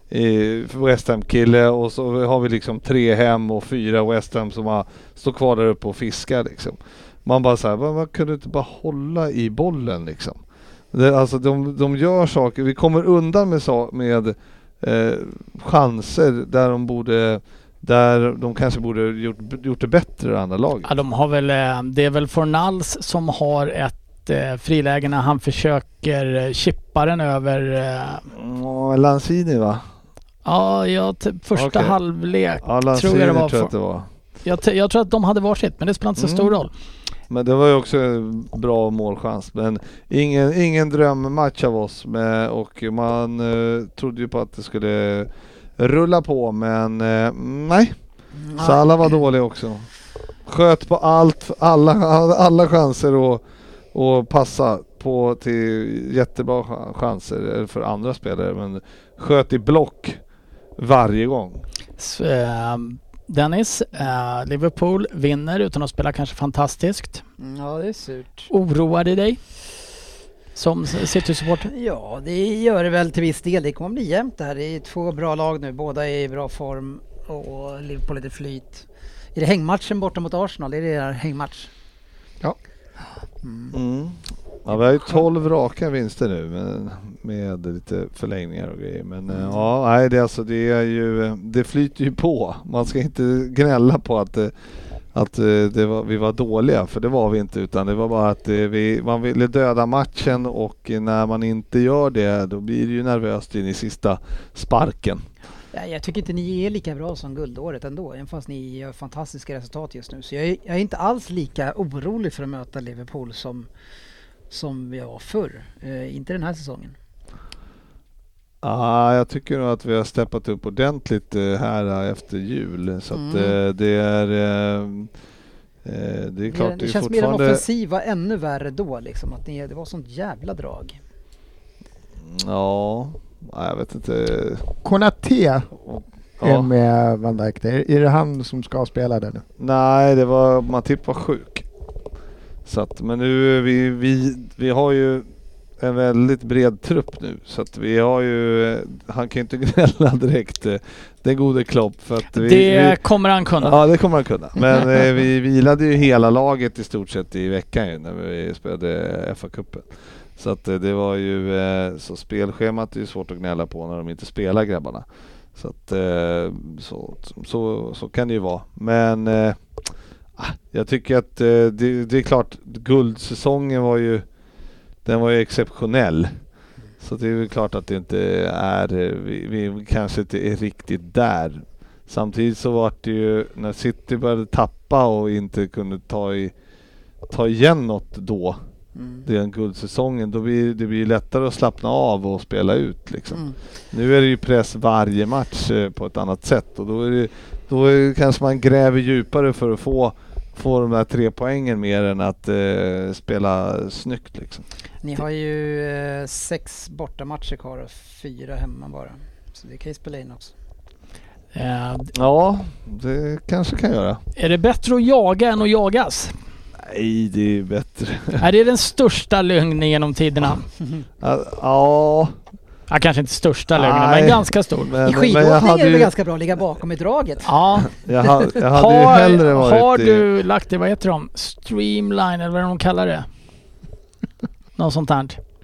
eh, West Ham-kille, och så har vi liksom tre hem och fyra West Ham som har, står kvar där uppe och fiskar liksom. Man bara så här, man, man kunde inte bara hålla i bollen liksom. Det, alltså de, de gör saker, vi kommer undan med, med Eh, chanser där de borde, där de kanske borde gjort, gjort det bättre i andra laget. Ja, de har väl, det är väl Fornals som har ett eh, friläge när han försöker chippa den över eh, oh, Lanzini va? Ja, ja t- första okay. halvlek ja, Lanzini tror jag det var. Tror jag, det var. Jag, t- jag tror att de hade varsitt, men det spelar inte så stor mm. roll. Men det var ju också en bra målchans. Men ingen, ingen drömmatch av oss. Med, och man eh, trodde ju på att det skulle rulla på. Men eh, nej. Så alla var dåliga också. Sköt på allt. Alla, alla chanser och, och passa på till jättebra chanser för andra spelare. Men sköt i block varje gång. Så, äh, Dennis, äh, Liverpool vinner utan att spela kanske fantastiskt. Ja, det är surt. Oroar det dig som City-supporter? Ja, det gör det väl till viss del. Det kommer bli jämnt det här. Det är två bra lag nu. Båda är i bra form och Liverpool lite flyt. Är det hängmatchen borta mot Arsenal? Är det er hängmatch? Ja. Mm. Mm. Ja, vi har ju tolv raka vinster nu med, med lite förlängningar och grejer. Men mm. ja, nej, det, alltså, det är ju, det flyter ju på. Man ska inte gnälla på att, att det var, vi var dåliga, för det var vi inte, utan det var bara att vi, man ville döda matchen, och när man inte gör det, då blir det ju nervöst in i sista sparken. Ja, jag tycker inte ni är lika bra som guldåret ändå, även fast ni gör fantastiska resultat just nu. Så jag är, jag är inte alls lika orolig för att möta Liverpool som som vi var förr, eh, inte den här säsongen. Ah, jag tycker nog att vi har steppat upp ordentligt eh, här efter jul, så mm. att eh, det är eh, det är klart det, det, det är känns fortfarande... mer en offensiv var ännu värre då liksom, att ni, det var sånt jävla drag. Ja, jag vet inte. Konaté är ja. med Van Dijk. Är, är det han som ska spela där nu? Nej, det var Matip var sjuk. Så att, men nu vi, vi, vi har ju en väldigt bred trupp nu, så att vi har ju, han kan ju inte gnälla direkt, det gode Klopp, för att vi, det vi, kommer han kunna. Ja, det kommer han kunna. Men eh, vi vilade ju hela laget i stort sett i veckan ju, när vi spelade F A-cupen. Så att eh, det var ju, eh, så spelschemat är ju svårt att gnälla på när de inte spelar, grabbarna. Så att eh, så, så, så kan det ju vara. Men eh, jag tycker att eh, det, det är klart, guldsäsongen var ju, den var ju exceptionell. Så det är väl klart att det inte är, vi, vi kanske inte är riktigt där. Samtidigt så var det ju, när City började tappa och inte kunde ta, i, ta igen något då, mm. den guldsäsongen, då blir det blir lättare att slappna av och spela ut liksom. Mm. Nu är det ju press varje match eh, på ett annat sätt, och då är det, då är det, kanske man gräver djupare för att få få de där tre poängen mer än att eh, spela snyggt liksom. Ni har ju eh, sex bortamatcher kvar och fyra hemma bara. Så det kan ju spela in också. Uh, ja, det kanske kan göra. Är det bättre att jaga än att jagas? Nej, det är bättre. Är det den största lögnen genom tiderna? Ja. ja. Ja, kanske inte största lögnen, Nej, men ganska stor. Men, I skidåkning är det ju ganska bra att ligga bakom i draget. Ja. Jag, ha, jag hade har, ju hellre varit Har i... du lagt det, vad heter de? Streamline eller vad de kallar det? Något sånt här.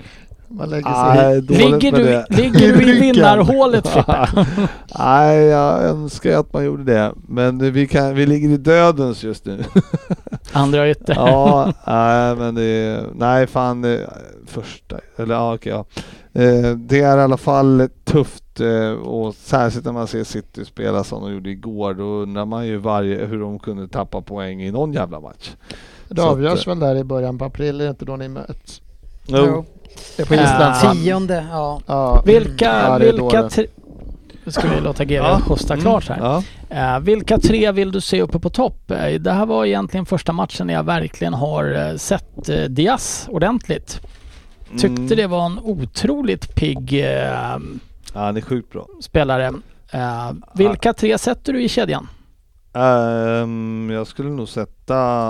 Man lägger sig Nej, dåligt Ligger med du, det. ligger du i vinnarhålet, Frippe? Nej, jag önskar att man gjorde det. Men vi, kan, vi ligger i dödens just nu. Andra ytter. Ja, nej, men det är, nej fan det, första, eller ja, okej, ja. Eh, det är i alla fall tufft eh, och särskilt när man ser City spela som de gjorde igår, då undrar man ju varje, hur de kunde tappa poäng i någon jävla match. Det avgörs väl där i början på april, är det inte då ni möts? No. Det är på Island. Äh, Tionde, ja. Ja. Vilka, Ja, det är vilka då tre... Nu ska vi låta G V Ja. hosta klart här. Ja. Eh, vilka tre vill du se uppe på topp? Eh, det här var egentligen första matchen när jag verkligen har eh, sett eh, Diaz ordentligt. Tyckte Mm. det var en otroligt pigg eh, Ja, han är sjukt bra. spelare. Eh, vilka tre sätter du i kedjan? Um, jag skulle nog sätta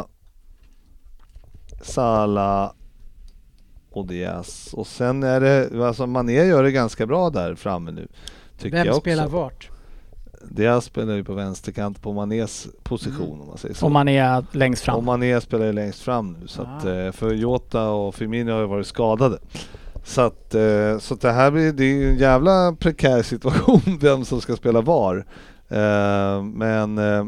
Salah och Diaz. Och sen är det, alltså Mané gör det ganska bra där framme nu. Tycker Vem jag spelar också. vart? Diaz spelar ju på vänsterkant på Manés position mm. om man säger så. Om man är längst fram. Och Mané spelar ju längst fram nu. Så Ah. att, eh, för Jota och Firmino har ju varit skadade. Så att, eh, så att det här blir, det är ju en jävla prekär situation vem som ska spela var. Eh, men eh,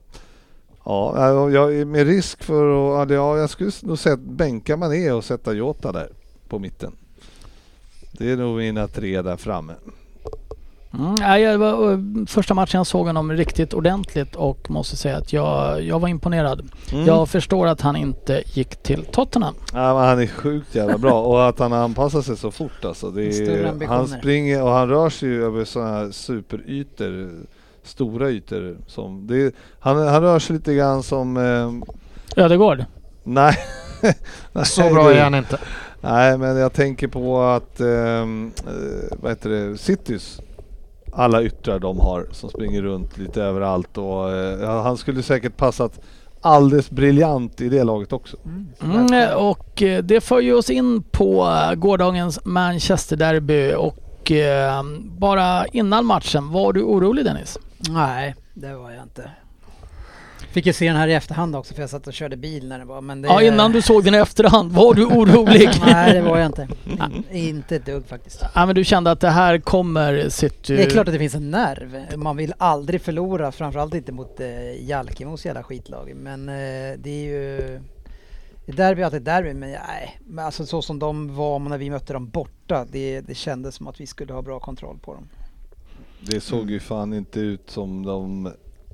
ja, jag, med risk för att, ja, jag skulle nog sätta bänka Mané och sätta Jota där på mitten. Det är nog mina tre där framme. Mm, ja, jag var, uh, första matchen jag såg honom riktigt ordentligt och måste säga att jag, jag var imponerad. Mm. Jag förstår att han inte gick till Tottenham. Ja, men han är sjukt jävla bra och att han anpassar sig så fort alltså. Det Större är, ambitioner. han springer och han rör sig ju över sådana här superytor, stora ytor. Som, det är, han, han rör sig lite grann som... Eh, Ödegård. nej. nej. Så bra är han inte. Nej, men jag tänker på att eh, eh, vad heter det, Citys alla yttrar de har som springer runt lite överallt och eh, han skulle säkert passat alldeles briljant i det laget också. Mm, och eh, det för ju oss in på eh, gårdagens Manchester Derby och eh, bara innan matchen, var du orolig, Dennis? Nej, det var jag inte. Fick ju se den här i efterhand också för jag satt och körde bil när det var. Men det... Ja, innan du såg den i efterhand, var du orolig? Nej, det var jag inte. Inte ett dugg faktiskt. Ja, men du kände att det här kommer City... Det är klart att det finns en nerv. Man vill aldrig förlora, framförallt inte mot eh, Jalkemos jävla skitlag. Men eh, det är ju... Derby är alltid derby, men nej. Men alltså så som de var när vi mötte dem borta, det, det kändes som att vi skulle ha bra kontroll på dem. Det såg ju fan inte ut som de...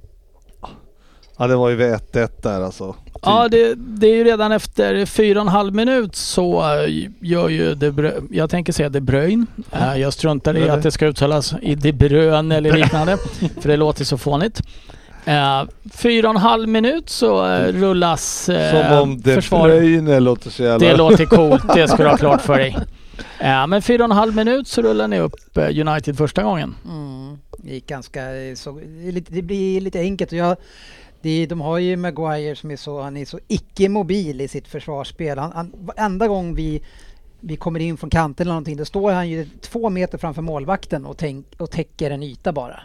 Ja, det var ju vid ett ett där alltså. Typ. Ja, det, det är ju redan efter fyra och en halv minut så uh, gör ju De Bruyne, jag tänker säga De Bruyne. Uh, jag struntar i att det ska uttalas i De Bruyne eller liknande, för det låter så fånigt. Uh, fyra och en halv minut så uh, rullas uh, som om De Bruyne låter så jävla... Det låter coolt, det ska du ha klart för dig. Uh, men fyra och en halv minut så rullar ni upp uh, United första gången. Mm. Det gick ganska... Så, det blir lite enkelt och jag... Det, de har ju Maguire som är så, han är så icke-mobil i sitt försvarsspel. Han, han, varenda gång vi, vi kommer in från kanten eller någonting, då står han ju två meter framför målvakten och, tänk, och täcker en yta bara.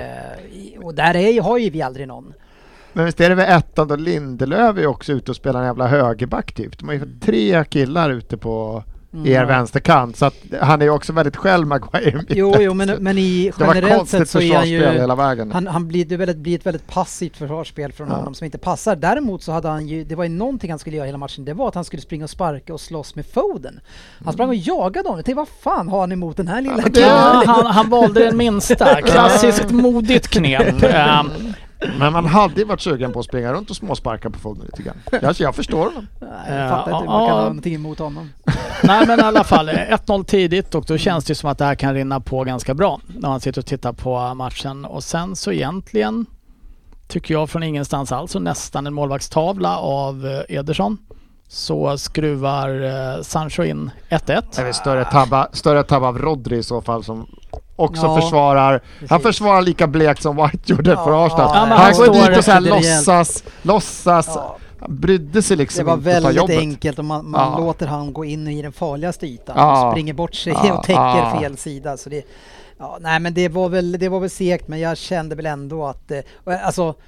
Eh, och där är, har ju vi aldrig någon. Men visst är det väl ettan då Lindelöf är också ute och spelar en jävla högerback typ. De har ju tre killar ute på Mm. er vänsterkant, så att han är ju också väldigt själv Maguire. Jo, jo, men, men i det var generellt sett så är han ju hela vägen. han, han blir, det väldigt, blir ett väldigt passivt försvarsspel från ja. honom som inte passar. Däremot så hade han ju, det var ju någonting han skulle göra hela matchen, det var att han skulle springa och sparka och slåss med Foden. Han sprang och jagade honom. Tänkte, vad fan har han emot den här lilla killen? Ja, han, han valde den minsta. Klassiskt modigt knep. Um, Men man hade ju varit sugen på att springa runt och småsparka på Foden lite grann. Jag, jag förstår honom. Nej, jag fattar inte hur man kan ha någonting emot honom. Nej, men i alla fall ett noll tidigt och då känns det som att det här kan rinna på ganska bra när man sitter och tittar på matchen. Och sen så egentligen tycker jag från ingenstans alls och nästan en målvaktstavla av Ederson så skruvar eh, Sancho in ett ett. Det är större tabba, större tabba av Rodri i så fall som också Ja, försvarar. precis. Han försvarar lika blekt som White gjorde Ja, för Arsenal. ja, han, men han han går står dit och så här rejält. låtsas, låtsas. Ja. Han brydde sig liksom Det var inte att ta väldigt jobbet. enkelt och man, man Ja. låter han gå in i den farligaste ytan Ja. och springer bort sig Ja. och täcker Ja. fel sida. Så det, ja, nej, men det var väl det var väl segt, men jag kände väl ändå att eh, alltså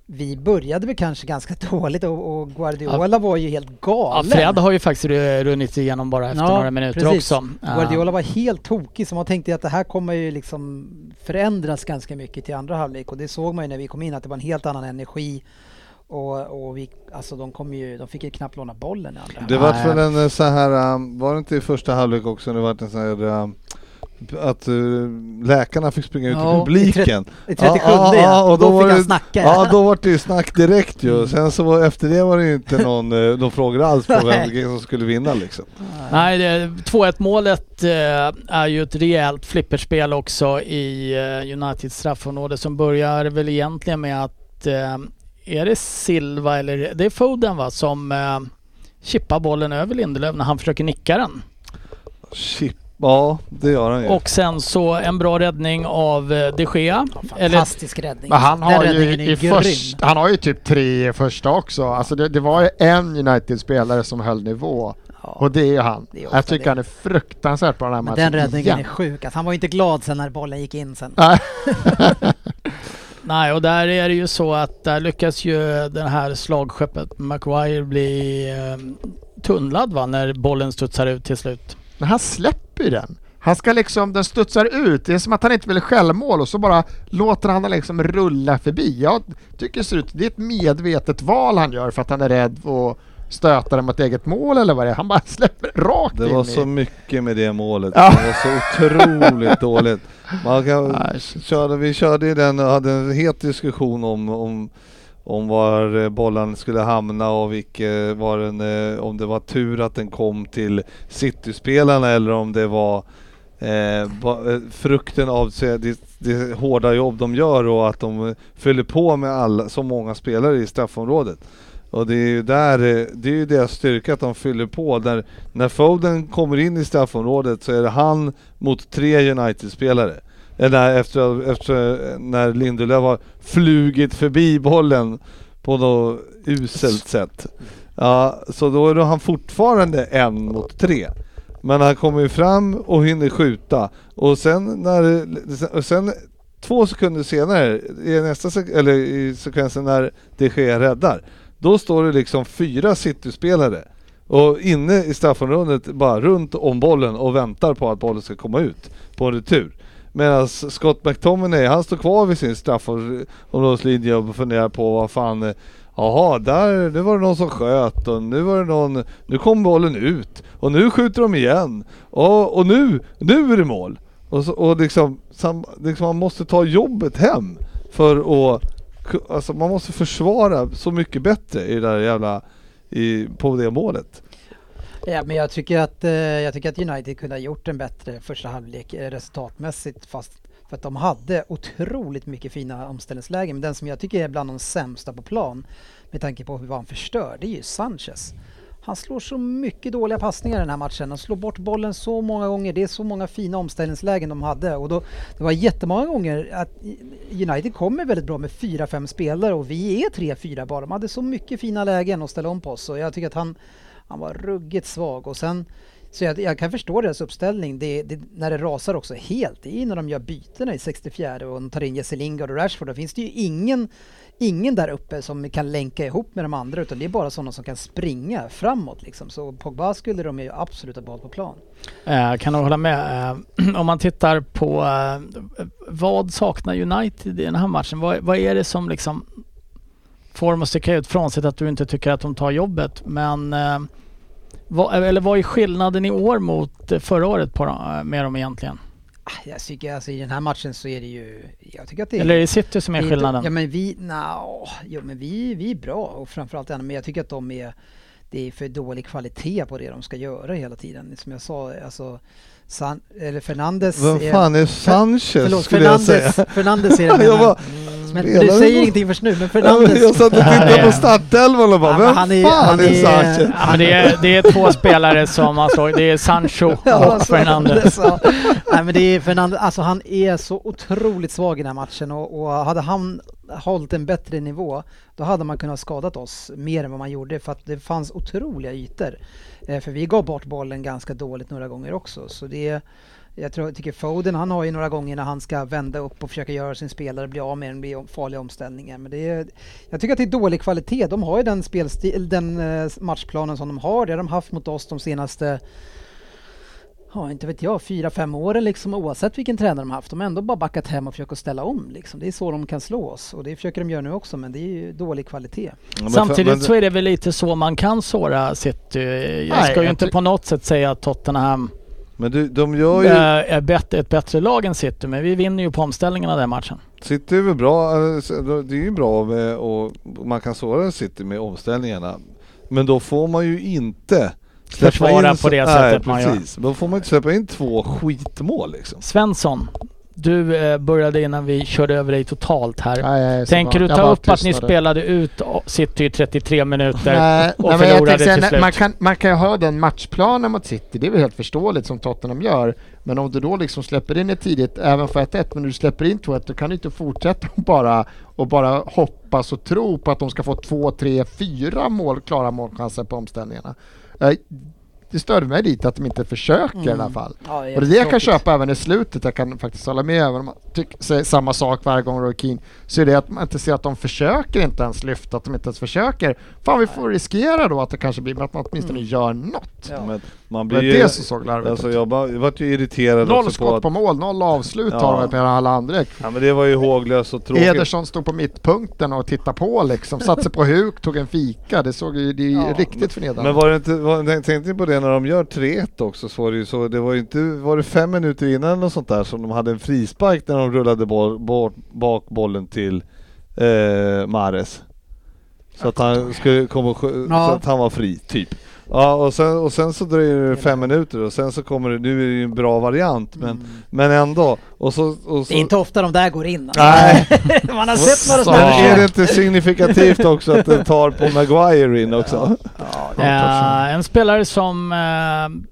vi började väl kanske ganska dåligt och, och Guardiola ja. var ju helt galen. Ja, Fred har ju faktiskt runnit igenom bara efter ja, några minuter precis. också. Guardiola var helt tokig, så man tänkte att det här kommer ju liksom förändras ganska mycket till andra halvlek, och det såg man ju när vi kom in att det var en helt annan energi. Och, och vi, alltså de, kom ju, de fick ju knappt låna bollen i andra. Det var väl en så här, um, var det inte i första halvlek också, det var en sån här um, att uh, läkarna fick springa ut ja, i publiken. I trettiosju ja, ja, och, och då, då fick han snacka. Ja, då var det ju snack direkt ju. Mm. Sen så var, efter det var det ju inte någon, någon fråga alls på vem som skulle vinna liksom. Nej, det, två ett målet uh, är ju ett rejält flipperspel också i uh, Uniteds straffområde, som börjar väl egentligen med att uh, är det Silva eller det är Foden va, som uh, chippar bollen över Lindelöf när han försöker nicka den. Chip. Ja, det gör han ju. Och sen så en bra räddning av De Gea. Ja, fantastisk eller, räddning. Men han har, ju i först, han har ju typ tre i första också. Alltså det, det var ju en United-spelare som höll nivå. Ja, och det är ju han. Är jag tycker det. Han är fruktansvärt på den här Men matchen. den räddningen igen. är sjuk. Alltså han var ju inte glad sen när bollen gick in sen. Nej, och där är det ju så att där lyckas ju den här slagskeppet Maguire bli eh, tunnlad va, när bollen studsar ut till slut. Men han släpper ju den. Han ska liksom, den studsar ut. Det är som att han inte vill självmål och så bara låter han den liksom rulla förbi. Jag tycker det ser ut, det är ett medvetet val han gör för att han är rädd att stöta den mot eget mål eller vad det är. Han bara släpper rakt det in. Det var så mycket med det målet. Ja. Det var så otroligt dåligt. Man kan, körde, vi körde ju den och hade en het diskussion om, om om var bollen skulle hamna och vilket var den, om det var tur att den kom till City-spelarna eller om det var eh, frukten av det, det hårda jobb de gör och att de fyller på med alla, så många spelare i straffområdet. Och det är ju där, det är ju deras styrka att de fyller på. Där, när Foden kommer in i straffområdet så är det han mot tre United-spelare. Eller efter, efter när Lindelöf har flugit förbi bollen på något uselt sätt. Ja, så då är då han fortfarande en mot tre. Men han kommer ju fram och hinner skjuta. Och sen, när, och sen två sekunder senare i nästa sek- eller i sekvensen när det sker räddar, då står det liksom fyra City-spelare och inne i straffområdet bara runt om bollen och väntar på att bollen ska komma ut på en retur. Medan Scott McTominay, han står kvar vid sin straffområdeslinje och funderar på vad fan, jaha, där det var det någon som sköt och nu var det någon, nu kom bollen ut och nu skjuter de igen och, och nu, nu är det mål. Och, så, och liksom, sam, liksom man måste ta jobbet hem för att, alltså man måste försvara så mycket bättre i det där jävla, i, på det målet. Ja, men jag tycker att eh, jag tycker att United kunde ha gjort en bättre första halvlek eh, resultatmässigt, fast för att de hade otroligt mycket fina omställningslägen. Men den som jag tycker är bland de sämsta på plan med tanke på hur han förstör, det är ju Sanchez. Han slår så mycket dåliga passningar i den här matchen. Han slår bort bollen så många gånger. Det är så många fina omställningslägen de hade. Och då, det var jättemånga gånger att United kommer väldigt bra med fyra, fem spelare och vi är tre, fyra bara. De hade så mycket fina lägen att ställa om på oss. Och jag tycker att han Han var ruggigt svag och sen så jag, jag kan förstå deras uppställning det, det, när det rasar också helt. Det är när de gör bytena i sextiofyra och de tar in Jesse Lingard och Rashford. Då finns det ju ingen, ingen där uppe som kan länka ihop med de andra, utan det är bara sådana som kan springa framåt liksom. Så Pogba skulle de ju absolut ha valt på plan. Jag kan nog hålla med. Om man tittar på vad saknar United i den här matchen, vad, vad är det som liksom får dem att sticka ut, frånsett att du inte tycker att de tar jobbet, men eh, vad, eller vad är skillnaden i år mot förra året på dem, med dem egentligen? Jag tycker alltså i den här matchen så är det ju, jag tycker att det är, eller är det City som är det, skillnaden? Ja men vi, no, jo, men vi, vi är bra och framförallt men jag tycker att de är, det är för dålig kvalitet på det de ska göra hela tiden. Som jag sa, alltså San, eller Fernandes. Vad fan är Sanchez förlåt, skulle Fernandes, jag säga? Fernandes är det. jag bara, men du säger ingenting först nu, men Fernandes. Jag satt och tittade på startelvan och bara, vem han är, fan han är, är Sanchez? Ja, det, är, det är två spelare som har slagit, det är Sancho och ja, Fernandes. Nej men det är Fernandes, alltså han är så otroligt svag i den här matchen och, och hade han hållit en bättre nivå, då hade man kunnat skadat oss mer än vad man gjorde, för att det fanns otroliga ytor. Eh, för vi gav bort bollen ganska dåligt några gånger också, så det Jag tror, jag tycker Foden, han har ju några gånger när han ska vända upp och försöka göra sin spelare bli av med en bli farliga omställningar. Men det är, jag tycker att det är dålig kvalitet. De har ju den, spelstil, den matchplanen som de har. Det har de haft mot oss de senaste, ja, inte vet jag, fyra, fem åren liksom, oavsett vilken tränare de har haft. De har ändå bara backat hem och försökt ställa om liksom. Det är så de kan slå oss och det försöker de göra nu också, men det är ju dålig kvalitet. Ja, samtidigt så är det väl lite så man kan såra City. Jag Nej, ska ju jag inte på något sätt säga att Tottenham men du, de gör ju... är bättre, ett bättre lag än City, men vi vinner ju på omställningarna den matchen. City är väl bra, det är ju bra med, och man kan såra City med omställningarna, men då får man ju inte försvara in, på det sättet nej, man precis. Gör. Då får man inte släppa in två skitmål liksom. Svensson, du eh, började innan vi körde över dig totalt här. Nej, tänker du ta upp att ni spelade ut City i trettiotre minuter nej, och nej, förlorade till sen, slut? Man kan, man kan ju ha den matchplanen mot City, det är väl helt förståeligt som Tottenham gör. Men om du då liksom släpper in ett tidigt, även för ett ett, men du släpper in två ett, då kan du inte fortsätta och bara, och bara hoppas och tro på att de ska få två, tre, fyra mål, klara målchanser på omställningarna. Det störde mig dit att de inte försöker mm. i alla fall. Ja, och det är det jag kan köpa även i slutet. Jag kan faktiskt hålla med även om man tycker samma sak varje gång Roy Keane. Så är det att man inte ser att de försöker inte ens lyfta, att de inte ens försöker. Fan, vi får riskera då att det kanske blir att man åtminstone mm. gör något. Ja. Men man blir men ju, det så såg larvigt. Alltså jag, bara, jag var ju irriterad. Noll skott på, att, på mål, noll avslut ja. har de på alla andra. Ja, men det var ju håglöst och tråkigt. Ederson stod på mittpunkten och tittade på liksom. Satt sig på huk, tog en fika. Det såg ju det ja. riktigt förnedrande. Men var det inte, var, tänkte ni på det när de gör tre ett också, så var det ju så, det var ju inte, var det fem minuter innan och sånt där som de hade en frispark när de rullade boll, bort, bak bollen till eh, Mahrez. Så att han skulle komma och, ja. så att han var fri, typ. Ja, och sen, och sen så dröjer det fem minuter och sen så kommer det, nu är det ju en bra variant, men, mm. men ändå. Och så, och så, det är inte ofta de där går in. Nej. Man har sett några sådana. Men är det inte signifikativt också att det tar på Maguire in också? Ja. Ja, ja, en spelare som eh,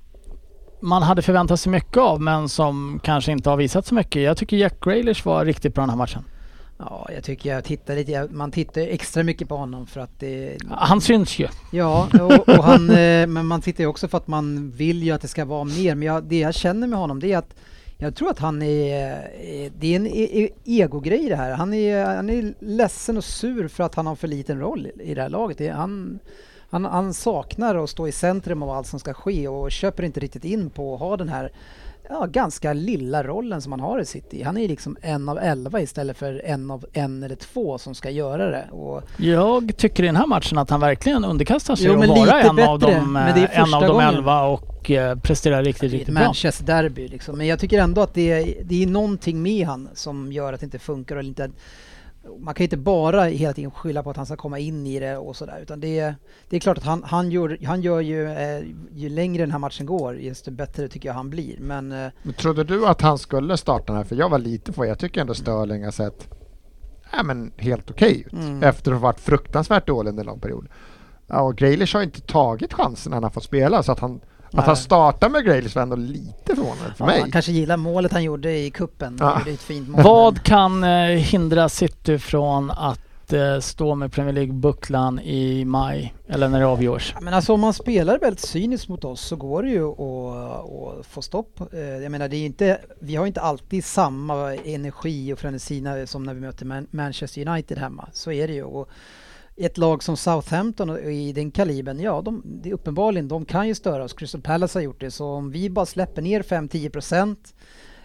man hade förväntat sig mycket av, men som kanske inte har visat så mycket. Jag tycker Jack Grealish var riktigt bra den här matchen. Ja, jag tycker jag tittar lite, man tittar extra mycket på honom för att det... Han syns ju. Ja, och, och han, men man tittar ju också för att man vill ju att det ska vara mer. Men jag, det jag känner med honom, det är att jag tror att han är, det är en ego-grej det här. Han är, han är ledsen och sur för att han har för liten roll i det här laget. Det är, han, han, han saknar att stå i centrum av allt som ska ske och köper inte riktigt in på att ha den här ja, ganska lilla rollen som han har i City. Han är liksom en av elva istället för en av en eller två som ska göra det. Och jag tycker i den här matchen att han verkligen underkastar sig jo, och vara en bättre, av dem, en av de elva och uh, presterar riktigt, riktigt bra. Manchester derby liksom. Men jag tycker ändå att det är, det är någonting med han som gör att det inte funkar och inte. Man kan inte bara hela tiden skylla på att han ska komma in i det och sådär, utan det är, det är klart att han, han, gör, han gör ju eh, ju längre den här matchen går, desto bättre tycker jag han blir. Men, eh, men trodde du att han skulle starta den här? För jag var lite på, jag tycker ändå Sterling har sett ja, men helt okej okay ut mm. efter att ha varit fruktansvärt dålig under en lång period. Ja, och Grealish har inte tagit chansen när han har fått spela, så att han Att han startar med Grealish var ändå lite förvånande för ja, mig. Han kanske gillar målet han gjorde i kuppen. Ja. Det är ett fint mål. Vad kan eh, hindra City från att eh, stå med Premier League-bucklan i maj eller när det avgörs? Ja, men alltså om man spelar väldigt cyniskt mot oss så går det ju att, att få stopp. Eh, jag menar, det är inte, vi har inte alltid samma energi och frenesi som när vi möter Man- Manchester United hemma. Så är det ju. Och ett lag som Southampton i den kalibern, ja, de, det är uppenbarligen, de kan ju störa oss. Crystal Palace har gjort det, så om vi bara släpper ner fem till tio procent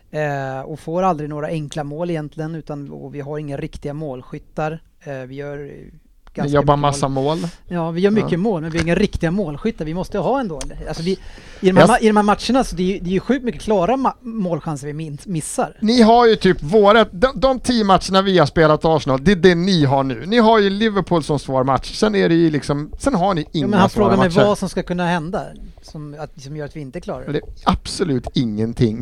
eh, och får aldrig några enkla mål egentligen, utan och vi har inga riktiga målskyttar. Eh, vi gör vi jobbar massa mål. mål. Ja, vi gör mycket ja. mål, men vi har inga riktiga målskyttar. Vi måste ha ändå. Alltså vi, i, de här, yes. I de här matcherna så det är, det är ju sjukt mycket klara ma- målchanser vi min- missar. Ni har ju typ våra, de, de tio matcherna vi har spelat Arsenal, det är det ni har nu. Ni har ju Liverpool som svår match. Sen är det ju liksom, sen har ni inga ja, men han svåra frågar matcher. mig vad som ska kunna hända som, att, som gör att vi inte klarar det. Det är absolut ingenting.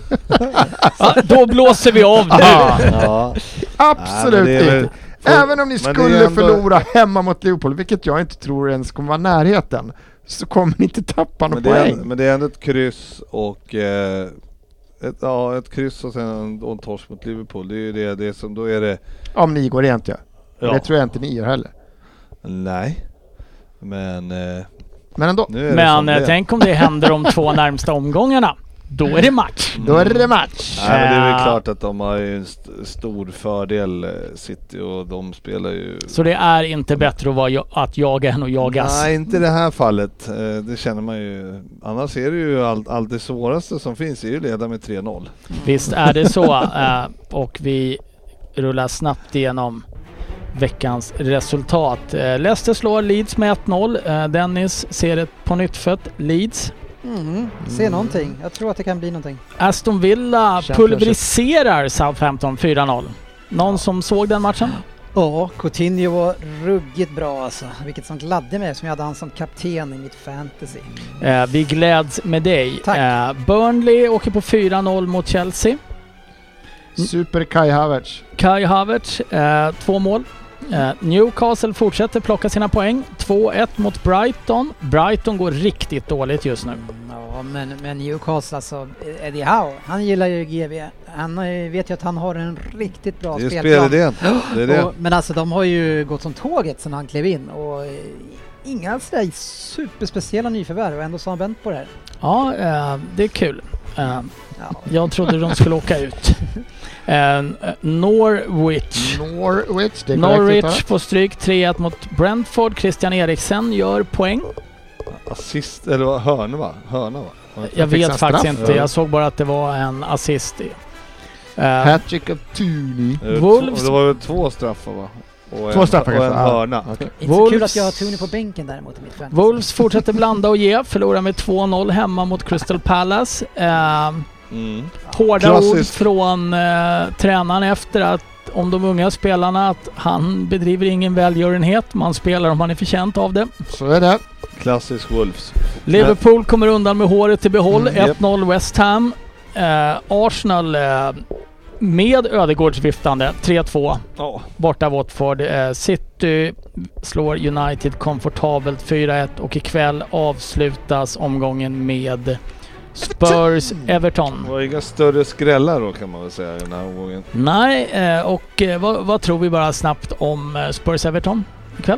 Ja, då blåser vi av nu. Ja. Absolut ja, inte. Även om ni skulle ändå förlora hemma mot Liverpool, vilket jag inte tror ens kommer vara närheten, så kommer ni inte tappa någon poäng. Men det är ändå ett kryss och eh, ett, ja, ett kryss och sen en, en torsk mot Liverpool. Det är ju det, det som då är det. Om ni går rent, ja. ja. Det tror jag inte ni gör heller. Nej. Men eh, men ändå. Men tänk om det händer de två närmsta omgångarna. Då är det match. Då är det match. Nej, men det är väl Ja. klart att de har ju en st- stor fördel, eh, City, och de spelar ju... Så det är inte bättre att, vara ja- att jaga än att jagas. Nej, inte i det här fallet. Eh, Det känner man ju. Annars är det ju allt, allt det svåraste som finns är ju leda med tre noll. Visst är det så. eh, Och vi rullar snabbt igenom veckans resultat. Eh, Leicester slår Leeds med ett noll. Eh, Dennis ser ett på nytt fött Leeds. Mm, se någonting. Jag tror att det kan bli någonting. Aston Villa Championship. pulveriserar Southampton fyra noll. Någon som såg den matchen? Ja, Coutinho var ruggigt bra alltså. Vilket som gladde mig som jag hade han som kapten i mitt fantasy. Eh, vi gläds med dig. Tack. Eh, Burnley åker på fyra noll mot Chelsea. Super Kai Havertz. Kai Havertz, eh, två mål. Eh, Newcastle fortsätter plocka sina poäng. två ett mot Brighton. Brighton går riktigt dåligt just nu. Ja, men, men Newcastle alltså, Eddie Howe, han gillar ju G V. Han eh, vet ju att han har en riktigt bra Det är spelplan. spelidén. Det är det. Och, men alltså de har ju gått som tåget sedan han klev in och eh, inga sådär superspeciella nyförvärv och ändå så har han vänt på det här. Ja, eh, det är kul. Eh, Ja. jag trodde de skulle åka ut. Eh, Norwich. Norwich. Det är korrekt Norwich uttalat. får stryk tre ett mot Brentford. Christian Eriksen gör poäng. Assist, eller vad, hörna va? Hörna va? Jag fick vet en faktiskt straff. inte. Jag såg bara att det var en assist i. Eh, Hattrick av Tooney. Det var Wolves- två- Det var väl två straffar va? Och Två en, straffar och en kanske, ja. hörna. Okej. Inte så kul Wolves- att jag har Tony på bänken däremot i mitt fantasy. Wolves fortsätter blanda och ge. Förlorar med två noll hemma mot Crystal Palace. Eh, Mm. hårda Klassiskt. ord från eh, tränaren efter att om de unga spelarna att han bedriver ingen välgörenhet. Man spelar om man är förtjänt av det. Så är det. Klassisk Wolves. Liverpool kommer undan med håret i behåll. Mm, ett noll West Ham. Eh, Arsenal eh, med Ödegårds viftande. tre två Ja. borta Watford. Eh, City slår United komfortabelt fyra ett och ikväll avslutas omgången med Spurs Everton. Det var inga större skrällar då kan man väl säga den här omgången. Nej, eh, och eh, vad, vad tror vi bara snabbt om eh, Spurs Everton ikväll?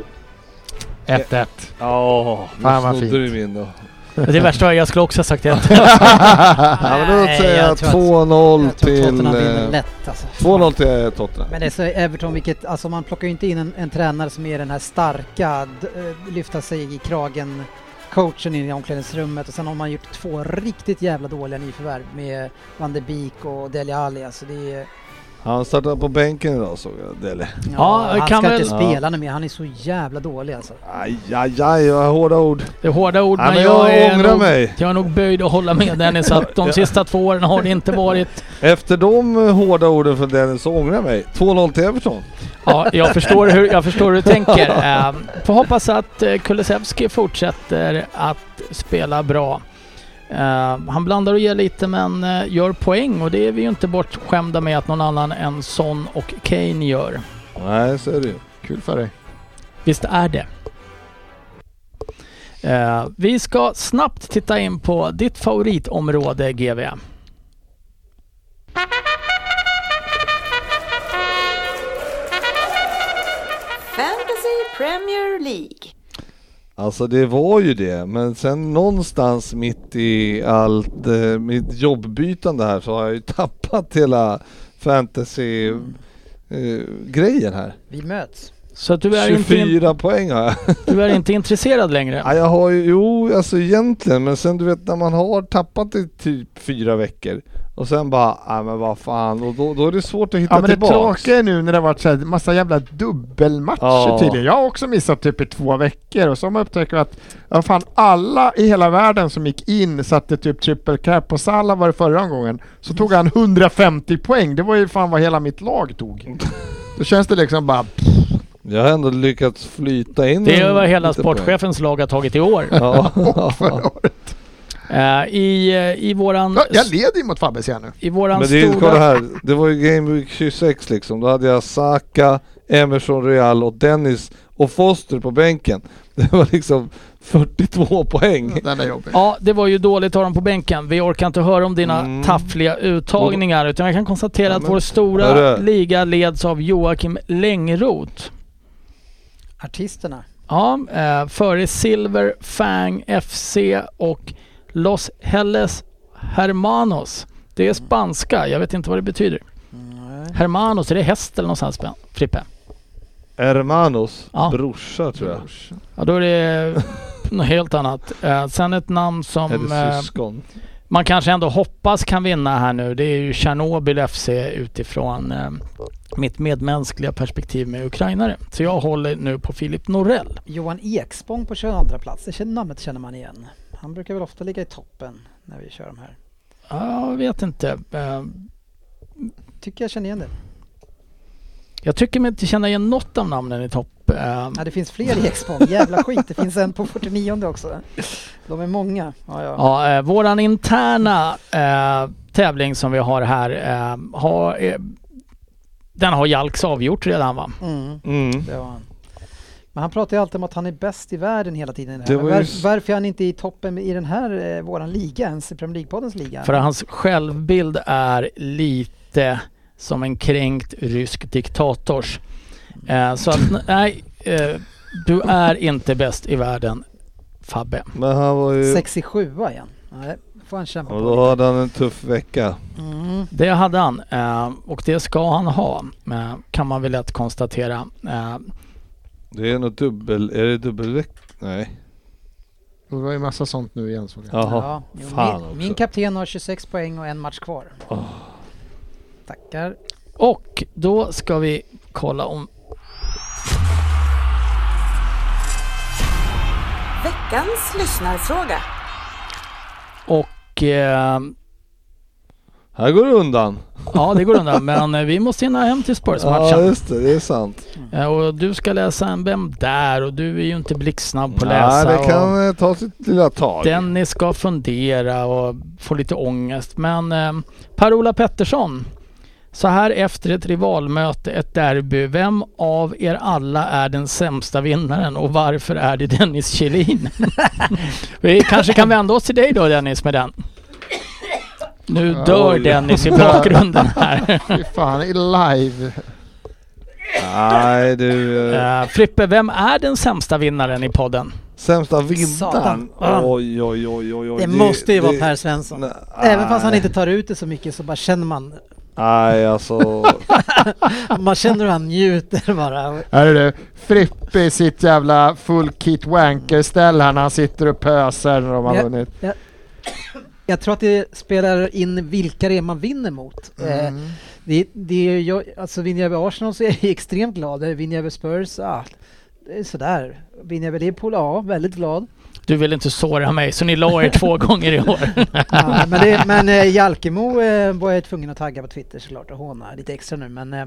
ett ett. Ja, Fan, vad nu snodde fint. du min då. Det värsta var att jag skulle också ha sagt det. Ja, men då Nej, säger jag jag tror att- två noll Jag tror till... Tottenham vinner eh, lätt alltså. två noll till Tottenham. Men det är så Everton, vilket, alltså man plockar ju inte in en, en tränare som är den här starka, d- eh, lyfta sig i kragen coachen in i omklädningsrummet och sen har man gjort två riktigt jävla dåliga nyförvärv med Van de Beek och Dele Alli. Alltså det är, Han startar på bänken idag såg jag, Dele. Ja, han kan ska väl- inte spela nu mer, han är så jävla dålig alltså. Aj, aj, aj, vad hårda ord. Det är hårda ord, Ja, men men jag, jag är ångrar nog, mig. jag är nog böjd att hålla med Dennis att de sista två åren har det inte varit. Efter de eh, hårda orden från Dennis så ångrar jag mig. två noll till Everton. Ja, jag förstår hur, jag förstår hur du tänker. Eh, får hoppas att eh, Kulusevski fortsätter att spela bra. Eh, han blandar och ger lite men eh, gör poäng och det är vi ju inte bortskämda med att någon annan än Son och Kane gör. Nej, så är det ju. Kul för dig. Visst är det. Eh, vi ska snabbt titta in på ditt favoritområde G V. Fantasy Premier League. Alltså det var ju det, men sen någonstans mitt i allt eh, mitt jobbbytande här så har jag ju tappat hela fantasy eh, grejen här. Vi möts. Så att du är, inte, in, tjugofyra poäng har jag. du är inte intresserad längre? Ja, jag har ju, jo alltså egentligen, men sen du vet när man har tappat i typ fyra veckor och sen bara, nej men vad fan, och då, då är det svårt att hitta Ja men det tillbaks. tråkiga är nu när det har varit så här massa jävla dubbelmatcher Ja. tydligen. Jag har också missat typ i två veckor och så har man upptäckt att ja, fan, alla i hela världen som gick in satte typ triple cap på Salah var det förra gången. Så tog han hundrafemtio poäng. Det var ju fan vad hela mitt lag tog. Då känns det liksom bara... Jag har ändå lyckats flyta in. Det är vad hela lite poäng. sportchefens lag har tagit i år. Ja. förra året. Eh, I, eh, i våran, Ja, jag leder ju mot Fabbes igen nu. i våran Men det är ju kolla stora... här, det var ju Game Week tjugosex liksom. Då hade jag Saka, Emerson Royal och Dennis och Foster på bänken. Det var liksom fyrtiotvå poäng. Den är jobbig. Ja, det var ju dåligt att ha dem på bänken. Vi orkar inte höra om dina Mm. taffliga uttagningar utan jag kan konstatera Ja, att men- vår stora Hörru. liga leds av Joakim Längroth. Artisterna. Ja, eh, före Silver, Fang, F C och Los Helles Hermanos. Det är spanska. Jag vet inte vad det betyder. Nej. Hermanos, är det häst eller någonstans, Frippe? Hermanos, Ja. brorsa tror jag. Ja, då är det något helt annat. Eh, sen ett namn som Eller eh, syskon. man kanske ändå hoppas kan vinna här nu. Det är ju Tjernobyl F C utifrån eh, mitt medmänskliga perspektiv med ukrainare. Så jag håller nu på Filip Norell. Johan Ekspång på tjugoandra plats. Det känner, namnet känner man igen. Han brukar väl ofta ligga i toppen när vi kör de här. Ja, jag vet inte. Eh, Tycker jag känner igen det. jag tycker mig inte känna igen något av namnen i topp. Eh, Ja, det finns fler Ekspång. Jävla skit. Det finns en på fyrtionionde också. De är många. Ja, ja. Ja, eh, våran interna eh, tävling som vi har här eh, har, eh, den har Jalks avgjort redan, va? Mm, Mm. det var han. Men han pratar ju alltid om att han är bäst i världen hela tiden. Det Men var var, ju s- varför är han inte i toppen i den här eh, våran liga ens, i Premier League-poddens liga? För hans självbild är lite som en kränkt rysk diktators. Eh, så att nej, eh, du är inte bäst i världen, Fabbe. Men han var ju... sextiosju igen. Nej, får han kämpa Och på. då hade han en tuff vecka. Mm. Det hade han eh, och det ska han ha, eh, kan man väl lätt konstatera. Eh, Det är något dubbel... Är det dubbelveck? Nej. Det var ju massa sånt nu igen. Så det. Jaha. Ja, jo, Fan min, också. min kapten har tjugosex poäng och en match kvar. Åh. Tackar. och då ska vi kolla om Veckans lyssnarfråga. och eh, Här går det undan. ja, det går undan, men eh, vi måste hinna hem till Ja, Spurs-matchen. just det. Det är sant. Eh, och du ska läsa en Vem där? Och du är ju inte blixtsnabb på att Nej, läsa. det och kan eh, ta sitt lilla tag. Dennis ska fundera och få lite ångest. Men eh, Per-Ola Pettersson, så här efter ett rivalmöte, ett derby, vem av er alla är den sämsta vinnaren och varför är det Dennis Kjellin? Vi kanske kan vända oss till dig då, Dennis, med den. Nu dör Oj. Dennis i bakgrunden här. Fy fan, i live. Nej, du... eh, Uh, Frippe, vem är den sämsta vinnaren i podden? Sämsta vinnaren. Satan. Ja. Oj, oj, oj, oj, oj. Det, måste ju vara det- Per Svensson. Nej. Även fast han inte tar ut det så mycket så bara känner man. Nej, alltså... Man känner hur han njuter bara. Här är det Frippe i sitt jävla full kit wanker-ställ här när han sitter och pöser när de har Ja. vunnit. Jag tror att det spelar in vilka det är man vinner mot. Eh, Mm. det, det är jag, alltså vinner jag över Arsenal så är jag extremt glad. Vinner jag över Spurs, ja, det är sådär. Vinner jag över Liverpool, ja, väldigt glad. Du vill inte såra mig, så ni la er två gånger i år. Ja, men det, men eh, Jalkemo eh, var jag tvungen att tagga på Twitter såklart och håna lite extra nu. Men eh,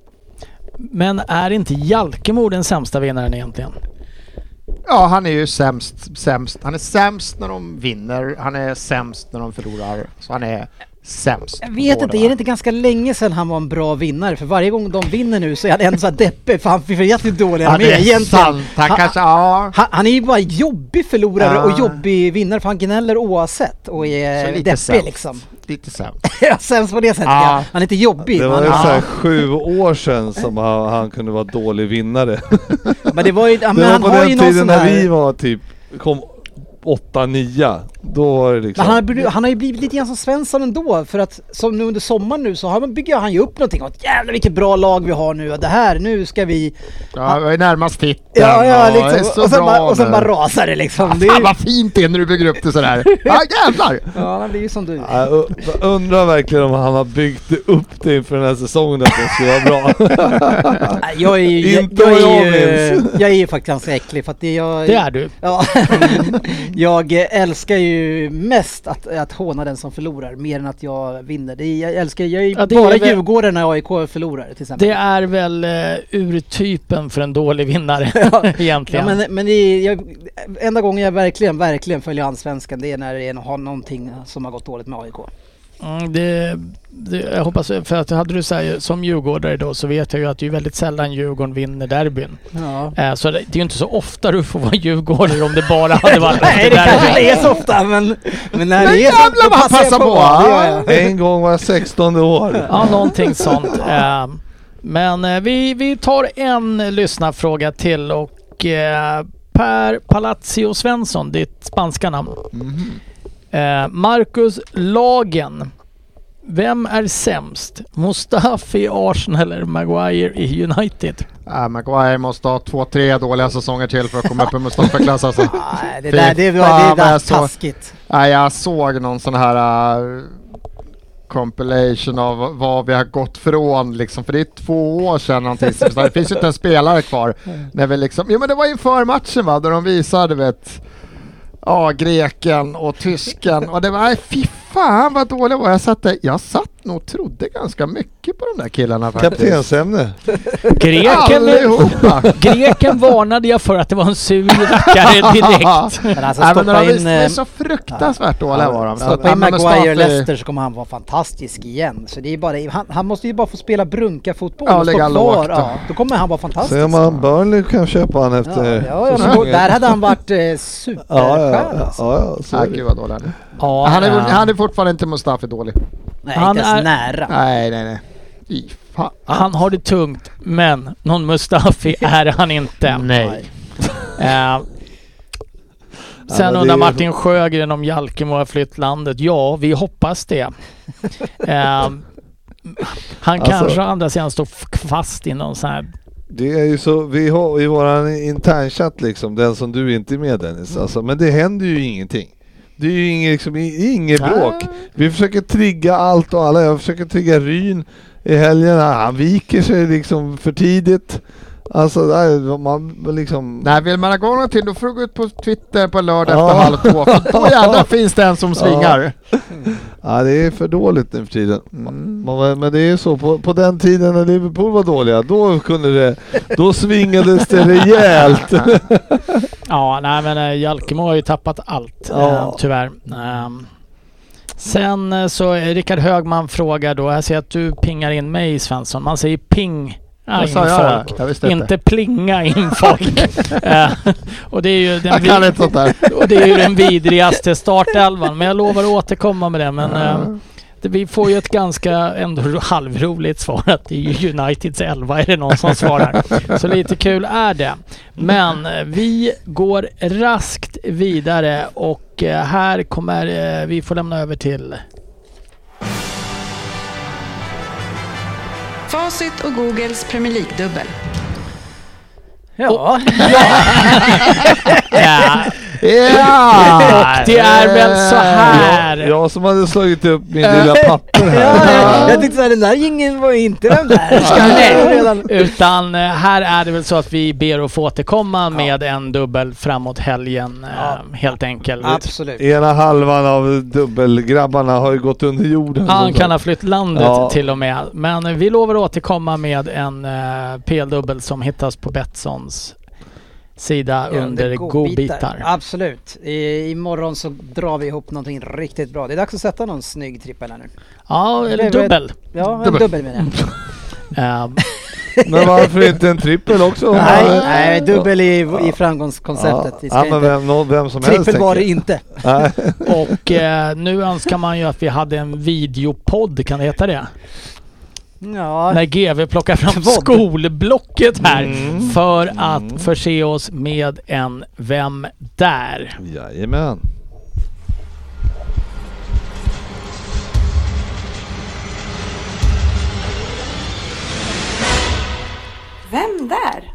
Men är inte Jalkemo den sämsta vinnaren egentligen? Ja, han är ju sämst, sämst. Han är sämst när de vinner. Han är sämst när de förlorar. Så han är sämst. jag vet inte, är det inte ganska länge sedan han var en bra vinnare? För varje gång de vinner nu så är han ändå så här deppig. För han är jättemycket dålig. Ja, det är egentligen. sant. Han Han- kanske, ja. Han, han är ju bara jobbig förlorare Ja. och jobbig vinnare för han gnäller oavsett och Så är lite deppig sämst. liksom. Lite sämst. Ja, sämst på det sättet. Ja. Ja. Han är inte jobbig. Det men var ju han, så här ja. sju år sedan som han, han kunde vara dålig vinnare. Men det var ju, ja, Det men var han på har ju den någon tiden sån när här... vi var typ, kom åtta, nio. Då var det liksom... Men han har, blivit- han har ju blivit lite grann som Svensson ändå, för att som nu under sommaren nu så har man, bygger han ju upp någonting och jävlar vilket bra lag vi har nu och det här, nu ska vi... Ja, jag är närmast titeln. Ja, ja, och det är liksom. så Och sen, bra bara, och sen nu. bara rasar det liksom. Det är, Fan vad fint det är när du bygger upp det sådär. Ja, jävlar! ja, han blir ju som du. Jag u- undrar verkligen om han har byggt upp det inför den här säsongen att det skulle vara bra. Nej, Jag är ju, jag, Inte jag, vad jag är ju, minns. jag är ju faktiskt ganska äcklig för att det jag... Det är du. Ja, jag älskar ju mest att, att håna den som förlorar mer än att jag vinner. Det är, jag älskar, jag är Ja, det bara är väl- Djurgården när A I K förlorar till exempel. Det är väl uh, urtypen för en dålig vinnare Ja, egentligen. men, men det är, jag, enda gången jag verkligen, verkligen följer Allsvenskan det är när det är, har någonting som har gått dåligt med A I K. Mm, det, det, jag hoppas, för att hade du så här, som djurgårdare då så vet jag ju att det är väldigt sällan Djurgården vinner derbyn. Ja. Eh, så det, det är ju inte så ofta du får vara djurgårdare om det bara hade varit Nej, det derbyn. kanske inte är så ofta, men, men när Men det är så, jävlar då vad han passar jag passar på, Det gör ja. jag. En gång var jag sextonde år. Ja, någonting sånt. Eh, men eh, vi, vi tar en lyssnarfråga till och eh, Per Palacio Svensson, ditt spanska namn. Mhm. Eh, Marcus Lagen. Vem är sämst? Mustafi i Arsenal eller Maguire i United? Äh, Maguire måste ha två, tre dåliga säsonger till för att komma upp i Mustafa-klass alltså. Nej, det där det var det där taskigt. Nej, jag såg någon sån här uh, compilation av vad vi har gått från liksom, för det är två år sedan någonting. Så det finns ju inte en spelare kvar. När vi liksom, jo men det var inför matchen va, där de visade vet ja, greken och tysken och det var, nej fy fan vad dålig var jag satt där. Jag satt nog och trodde ganska mycket på de där killarna faktiskt. Kaptensämne. Greken, greken varnade jag för att det var en sur rackare direkt. Men alltså nej, stoppa men de in... är så fruktansvärt ja. dåliga var de. Stoppa in Maguire och Leicester så kommer han vara fantastisk igen. Så det är bara, han, han måste ju bara få spela brunka fotboll ja, och stå klar. Ja, då kommer han vara fantastisk. Så man Burnley kan köpa han efter ja, ja, ja, men där hade han varit eh, superstjärna. Ja, ja, ja, ja, nej, gud vad dålig. Ja, han, är, ja. han är fortfarande inte Mustafi dålig. Nej, han inte är ens nära. Nej, nej, nej. I fan. Han har det tungt, men någon Mustafi är han inte. Nej. Eh, sen ja, undrar är... Martin Sjögren om Jalkemo har flytt landet. Ja, vi hoppas det. eh, han alltså, kanske andra sidan står fast i någon sån här... Det är ju så, vi har i våran internchatt liksom, den som du inte är med Dennis, alltså, men det händer ju ingenting. Det är ju inget, liksom, inget bråk. Vi försöker trigga allt och alla. Jag försöker trigga Ryn i helgen. Han viker sig liksom för tidigt. Alltså, man liksom... Nej, vill man gå någon till då får du gå ut på Twitter på lördag ja. efter halv två. För då jävlar finns det en som svingar. Ja, ja det är för dåligt nu för tiden. Mm. Man, men det är så, på, på den tiden när Liverpool var dåliga, då kunde det, då svingades det rejält. Ja, nej men äh, Jalkemo har ju tappat allt, ja. äh, tyvärr. Ähm. Sen äh, så Rickard Högman frågar då, jag ser att du pingar in mig Svensson, man säger ping ja, in folk, jag inte. inte plinga in folk. äh, och det är ju den jag kan inte sånt där. Och det är ju den vidrigaste startelvan, men jag lovar att återkomma med det, men mm. äh, det, vi får ju ett ganska ändå halvroligt svar att det är ju Uniteds elva, är det någon som svarar. Så lite kul är det. Men vi går raskt vidare och här kommer vi få lämna över till Facit och Googles Premier League-dubbel. Ja. ja. Ja. Och det är väl så här. Jag, jag som hade slagit upp min lilla papper här. Ja, jag tyckte såhär, den där ingen var inte den där. Nej, utan här är det väl så att vi ber att få återkomma med en dubbel framåt helgen, ja. helt enkelt. Absolut. Ena halvan av dubbelgrabbarna har ju gått under jorden. Han kan ha flytt landet ja. till och med. Men vi lovar att återkomma med en uh, P L-dubbel som hittas på Betssons sida under, under godbitar. godbitar. Absolut. I, imorgon så drar vi ihop någonting riktigt bra. Det är dags att sätta någon snygg trippel här nu. Ja, eller dubbel. Ja, en dubbel, dubbel menar jag. um. Men varför inte en trippel också? Nej, nej dubbel i, i framgångskonceptet. Ja, ja, men vem, någon, vem som trippel helst var det inte. Och eh, nu önskar man ju att vi hade en videopodd, kan det heta det? Ja. När G V plockar fram Vod. skolblocket här mm. för att mm. förse oss med en Vem där? Jajamän. Vem där?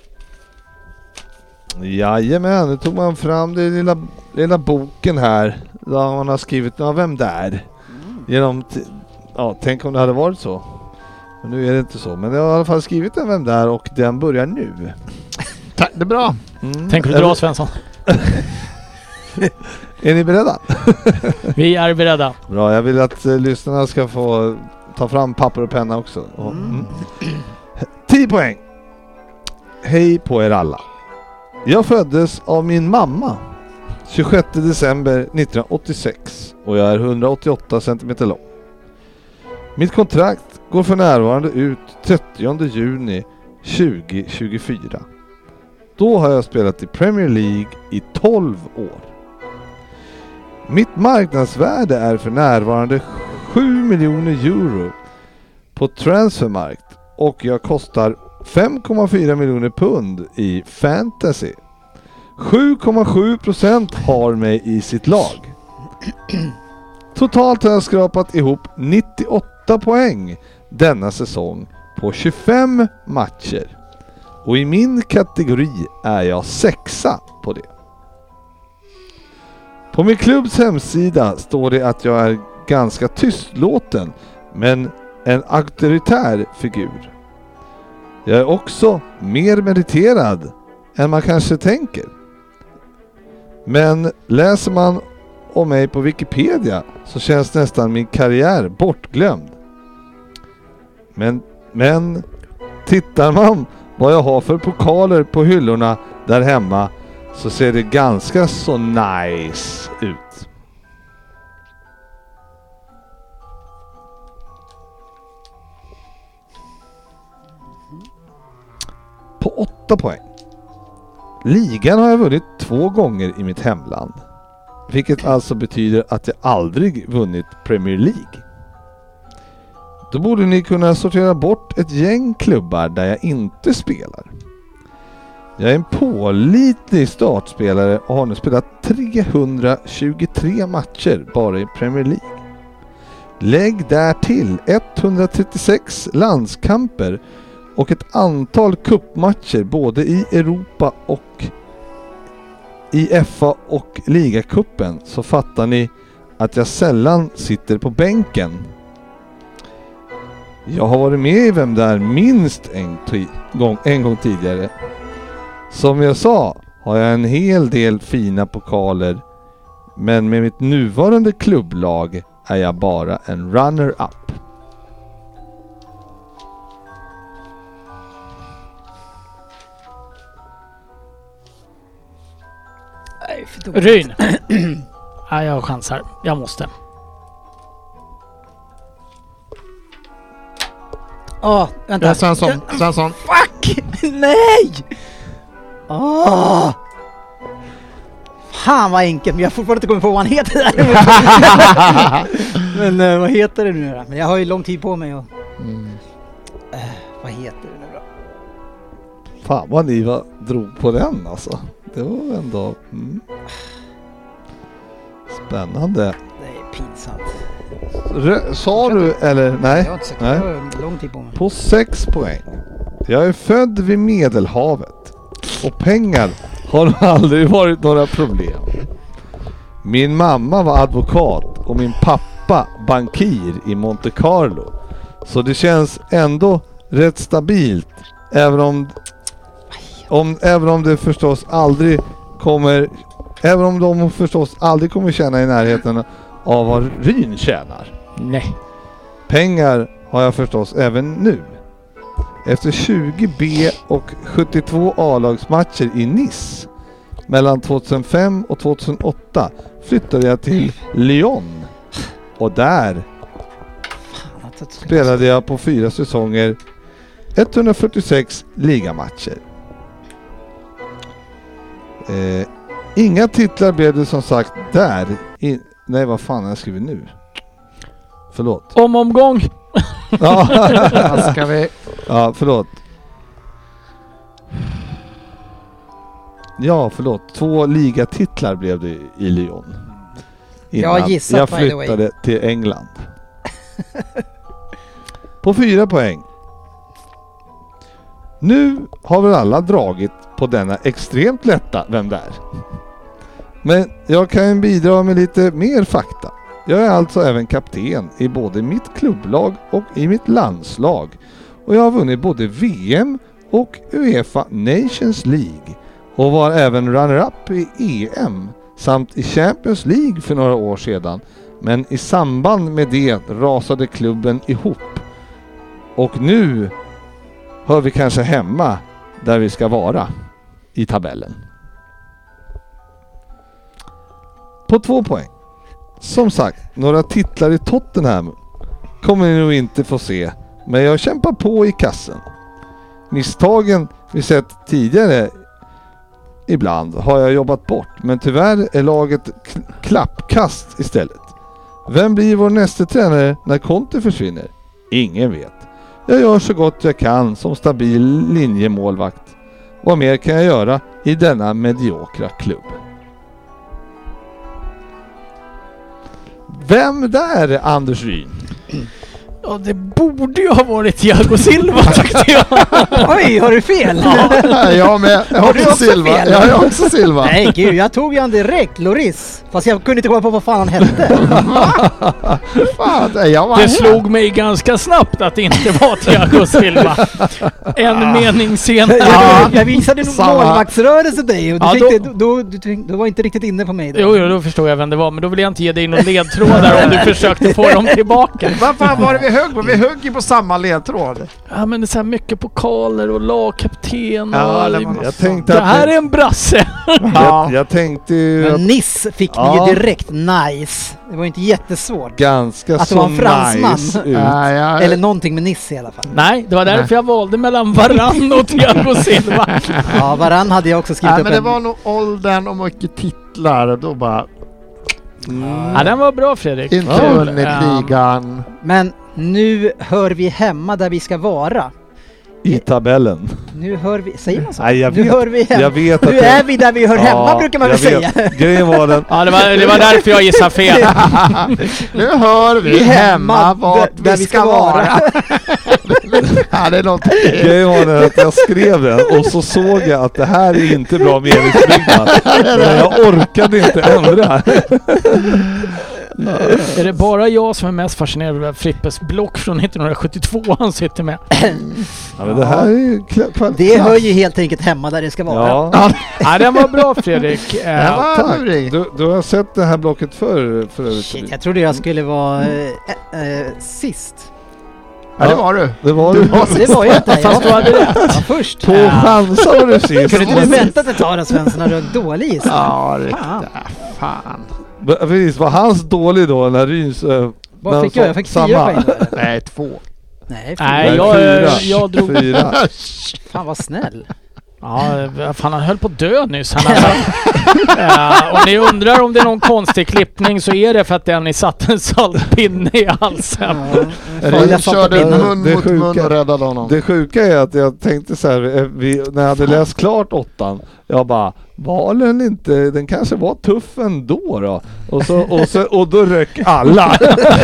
Jajamän, nu tog man fram den lilla, lilla boken här där man har skrivit ja, Vem där? Mm. Genom t- ja, tänk om det hade varit så. Men nu är det inte så. Men jag har i alla fall skrivit en Vem där och den börjar nu. Tack, det är bra. Mm. Tänker du dra Svensson? Är ni beredda? Vi är beredda. Bra, jag vill att uh, lyssnarna ska få ta fram papper och penna också. Och, mm. tio poäng. Hej på er alla. Jag föddes av min mamma tjugosjätte december nittonhundraåttiosex och jag är hundraåttioåtta centimeter lång. Mitt kontrakt går för närvarande ut trettionde juni tjugohundratjugofyra. Då har jag spelat i Premier League i tolv år. Mitt marknadsvärde är för närvarande sju miljoner euro på Transfermarkt och jag kostar fem komma fyra miljoner pund i fantasy. sju komma sju procent har mig i sitt lag. Totalt har jag skrapat ihop nittioåtta poäng denna säsong på tjugofem matcher. Och i min kategori är jag sexa på det. På min klubbs hemsida står det att jag är ganska tystlåten men en auktoritär figur. Jag är också mer meriterad än man kanske tänker. Men läser man om mig på Wikipedia så känns nästan min karriär bortglömd. Men, men tittar man vad jag har för pokaler på hyllorna där hemma så ser det ganska så nice ut. På åtta poäng. Ligan har jag vunnit två gånger i mitt hemland. Vilket alltså betyder att jag aldrig vunnit Premier League. Då borde ni kunna sortera bort ett gäng klubbar där jag inte spelar. Jag är en pålitlig startspelare och har nu spelat trehundratjugotre matcher bara i Premier League. Lägg där till etthundratrettiosex landskamper och ett antal cupmatcher både i Europa och i F A och ligacupen, så fattar ni att jag sällan sitter på bänken. Jag har varit med i Vem där minst en, t- gång, en gång tidigare. Som jag sa har jag en hel del fina pokaler, men med mitt nuvarande klubblag är jag bara en runner-up. Nej, för dåligt. Ryn. Ja, jag chansar. Jag måste. Åh, vänta. Ja, Svensson, Svensson. Fuck! Nej! Åh! Fan vad enkelt, men jag har fortfarande inte kommit på vad han heter där. Men uh, vad heter det nu då? Men jag har ju lång tid på mig. Och... Mm. Uh, vad heter det nu då? Fan vad ni var, drog på den alltså. Det var ändå mm. spännande. Det är pinsamt. Rö- sa du eller nej? Jag har inte sagt nej. jag har lång tid på mig. På sex poäng. Jag är född vid Medelhavet och pengar har aldrig varit några problem. Min mamma var advokat och min pappa bankir i Monte Carlo. Så det känns ändå rätt stabilt, även om Om, även om det förstås aldrig kommer även om de förstås aldrig kommer känna i närheten av vad Ryn tjänar. Nej. Pengar har jag förstås även nu. Efter tjugo B och sjuttiotvå A-lagsmatcher i Nice mellan tjugohundrafem och tjugohundraåtta flyttade jag till Lyon. Och där spelade jag på fyra säsonger etthundrafyrtiosex ligamatcher. Eh, inga titlar blev det som sagt där. I, nej, vad fan har jag skrivit nu? Förlåt. Om omgång. Ja, Ska vi... ja, förlåt. Ja, förlåt. Två ligatitlar blev det i Lyon. Jag har gissat, jag by the way. flyttade till England. På fyra poäng. Nu har väl alla dragit på denna extremt lätta Vem där? Men jag kan bidra med lite mer fakta. Jag är alltså även kapten i både mitt klubblag och i mitt landslag. Och jag har vunnit både V M och UEFA Nations League. Och var även runner-up i E M samt i Champions League för några år sedan. Men i samband med det rasade klubben ihop. Och nu hör vi kanske hemma där vi ska vara i tabellen. På två poäng. Som sagt, några titlar i Tottenham kommer ni nog inte få se, men jag kämpar på i kassen. Misstagen vi sett tidigare ibland har jag jobbat bort, men tyvärr är laget k- klappkast istället. Vem blir vår nästa tränare när Conte försvinner? Ingen vet. Jag gör så gott jag kan som stabil linjemålvakt. Vad mer kan jag göra i denna mediokra klubb? Vem där, Anders Ryn? Ja, det borde ju ha varit Thiago Silva tyckte jag. Oj, har du fel? Ja, jag med. Jag har Har du också också Silva. fel? Ja, jag har också Silva. Nej gud, jag tog ju han direkt, Loris. Fast jag kunde inte komma på vad fan han hette. Fan, det- jag var Det här. slog mig ganska snabbt att det inte var Thiago Silva. En mening senare. Jag, jag visade nog Samma. målvaktsrörelse dig och du, Ja, fick då- det, då, du, du, du var inte riktigt inne på mig då. Jo, jo, då förstår jag vem det var. Men då vill jag inte ge dig någon ledtrådar om du försökte få dem tillbaka. Vad fan var det vi högg på? Vi högg ju på samma ledtråd. Ja, men det är så här mycket pokaler och lagkapten och... Ja, det var något Jag sånt. tänkte det att här det- är en brasse. jag, jag tänkte ju Men att Niss fick Ja. ni ju direkt, nice. Det var inte jättesvårt. ganska Att det så var en fransman. nice ut. Ja, ja. Eller någonting med Niss i alla fall. Nej, det var därför jag valde mellan Varane och Thiago Silva. Ja, Varann hade jag också skrivit Nej, upp men det en... var nog åldern och mycket titlar. Då bara Ja, den var bra Fredrik. inte Kul. vunnit Ja. ligan. Men nu hör vi hemma där vi ska vara. I tabellen. Nu hör vi... Säger man så? Nej, jag nu vet, hör vi hem. jag vet att Nu det- är vi där vi hör hemma Ja, brukar man jag väl vet. säga. Grejen var den. Ja, det var, det var därför jag gissade fel. Nu hör vi Vi är hemma hemma vart där vi ska vara. Ja, det är något. Grejen var den att jag skrev den och så såg jag att det här är inte bra meningsbyggnad. Men jag orkade inte ändra. Är det bara jag som är mest fascinerad av Frippes block från nittonhundrasjuttiotvå han sitter med? Ja, men det här är ju kla- kla- Det hör ju helt enkelt hemma där det ska vara. Ja, Ja, den var bra Fredrik. Det Eh, var tack. lurig. Du, du har sett det här blocket förr för övrigt. Shit, jag trodde jag skulle vara eh, eh, sist. Ja, det var du. Det var du. Det var jag inte. Jag Fast du hade rätt. Ja, först. På Ja. chansar var du sist. Kunde inte du väntat ett tag då Svensson? Hade du dålig gissning? Ja, det Fan. fan. Men Precis, var hans dålig då när Ryns... Äh, Vad fick jag? Jag fick fyra samma. poäng då. Nej, två. Nej, fyra. Nej, jag, jag drog... Fyra. Fan vad snäll. Ja, fan han höll på att dö nyss. Han hade... ja, om ni undrar om det är någon konstig klippning så är det för att Dennis satte en saltpinne i halsen. Ja, Jag jag satte körde pinnen. mun Det mot sjuka- mun och räddade honom. Det sjuka är att jag tänkte så här, eh, vi, när jag hade läst klart åttan, jag bara, var den inte, den kanske var tuff ändå då? Och, så, och, så, och då rök alla.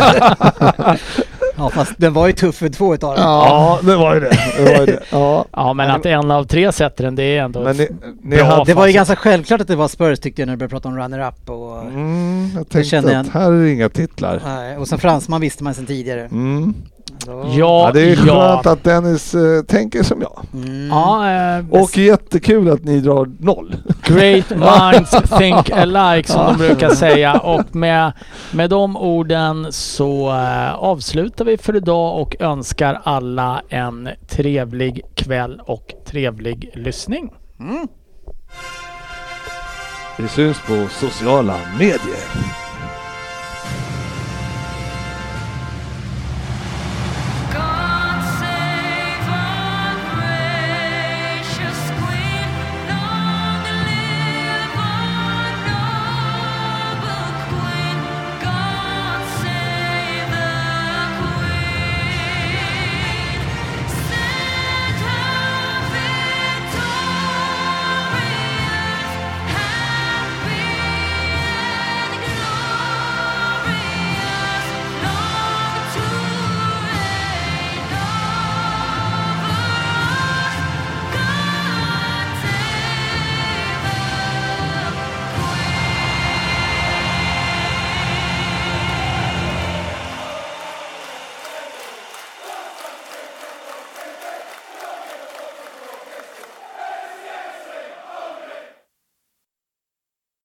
Ja, fast den var ju tuff för två utav dem. Ja, det var ju det. det, var ju det. Ja. Ja, men att en av tre sätter den, det är ändå... Men ni, ni Bra. har... Det var ju ganska självklart att det var Spurs tyckte jag när du började prata om runner-up och... Mm, jag känner tänkte jag. att här är det inga titlar. Nej, och som fransman visste man sedan tidigare. Mm. Så, Ja, Ja, det är ja. skönt att Dennis eh, tänker som jag. mm. Ja, eh, Och jättekul att ni drar noll. great minds think alike som de brukar säga. Och med, med de orden så eh, avslutar vi för idag och önskar alla en trevlig kväll och trevlig lyssning. Mm. Vi syns på sociala medier.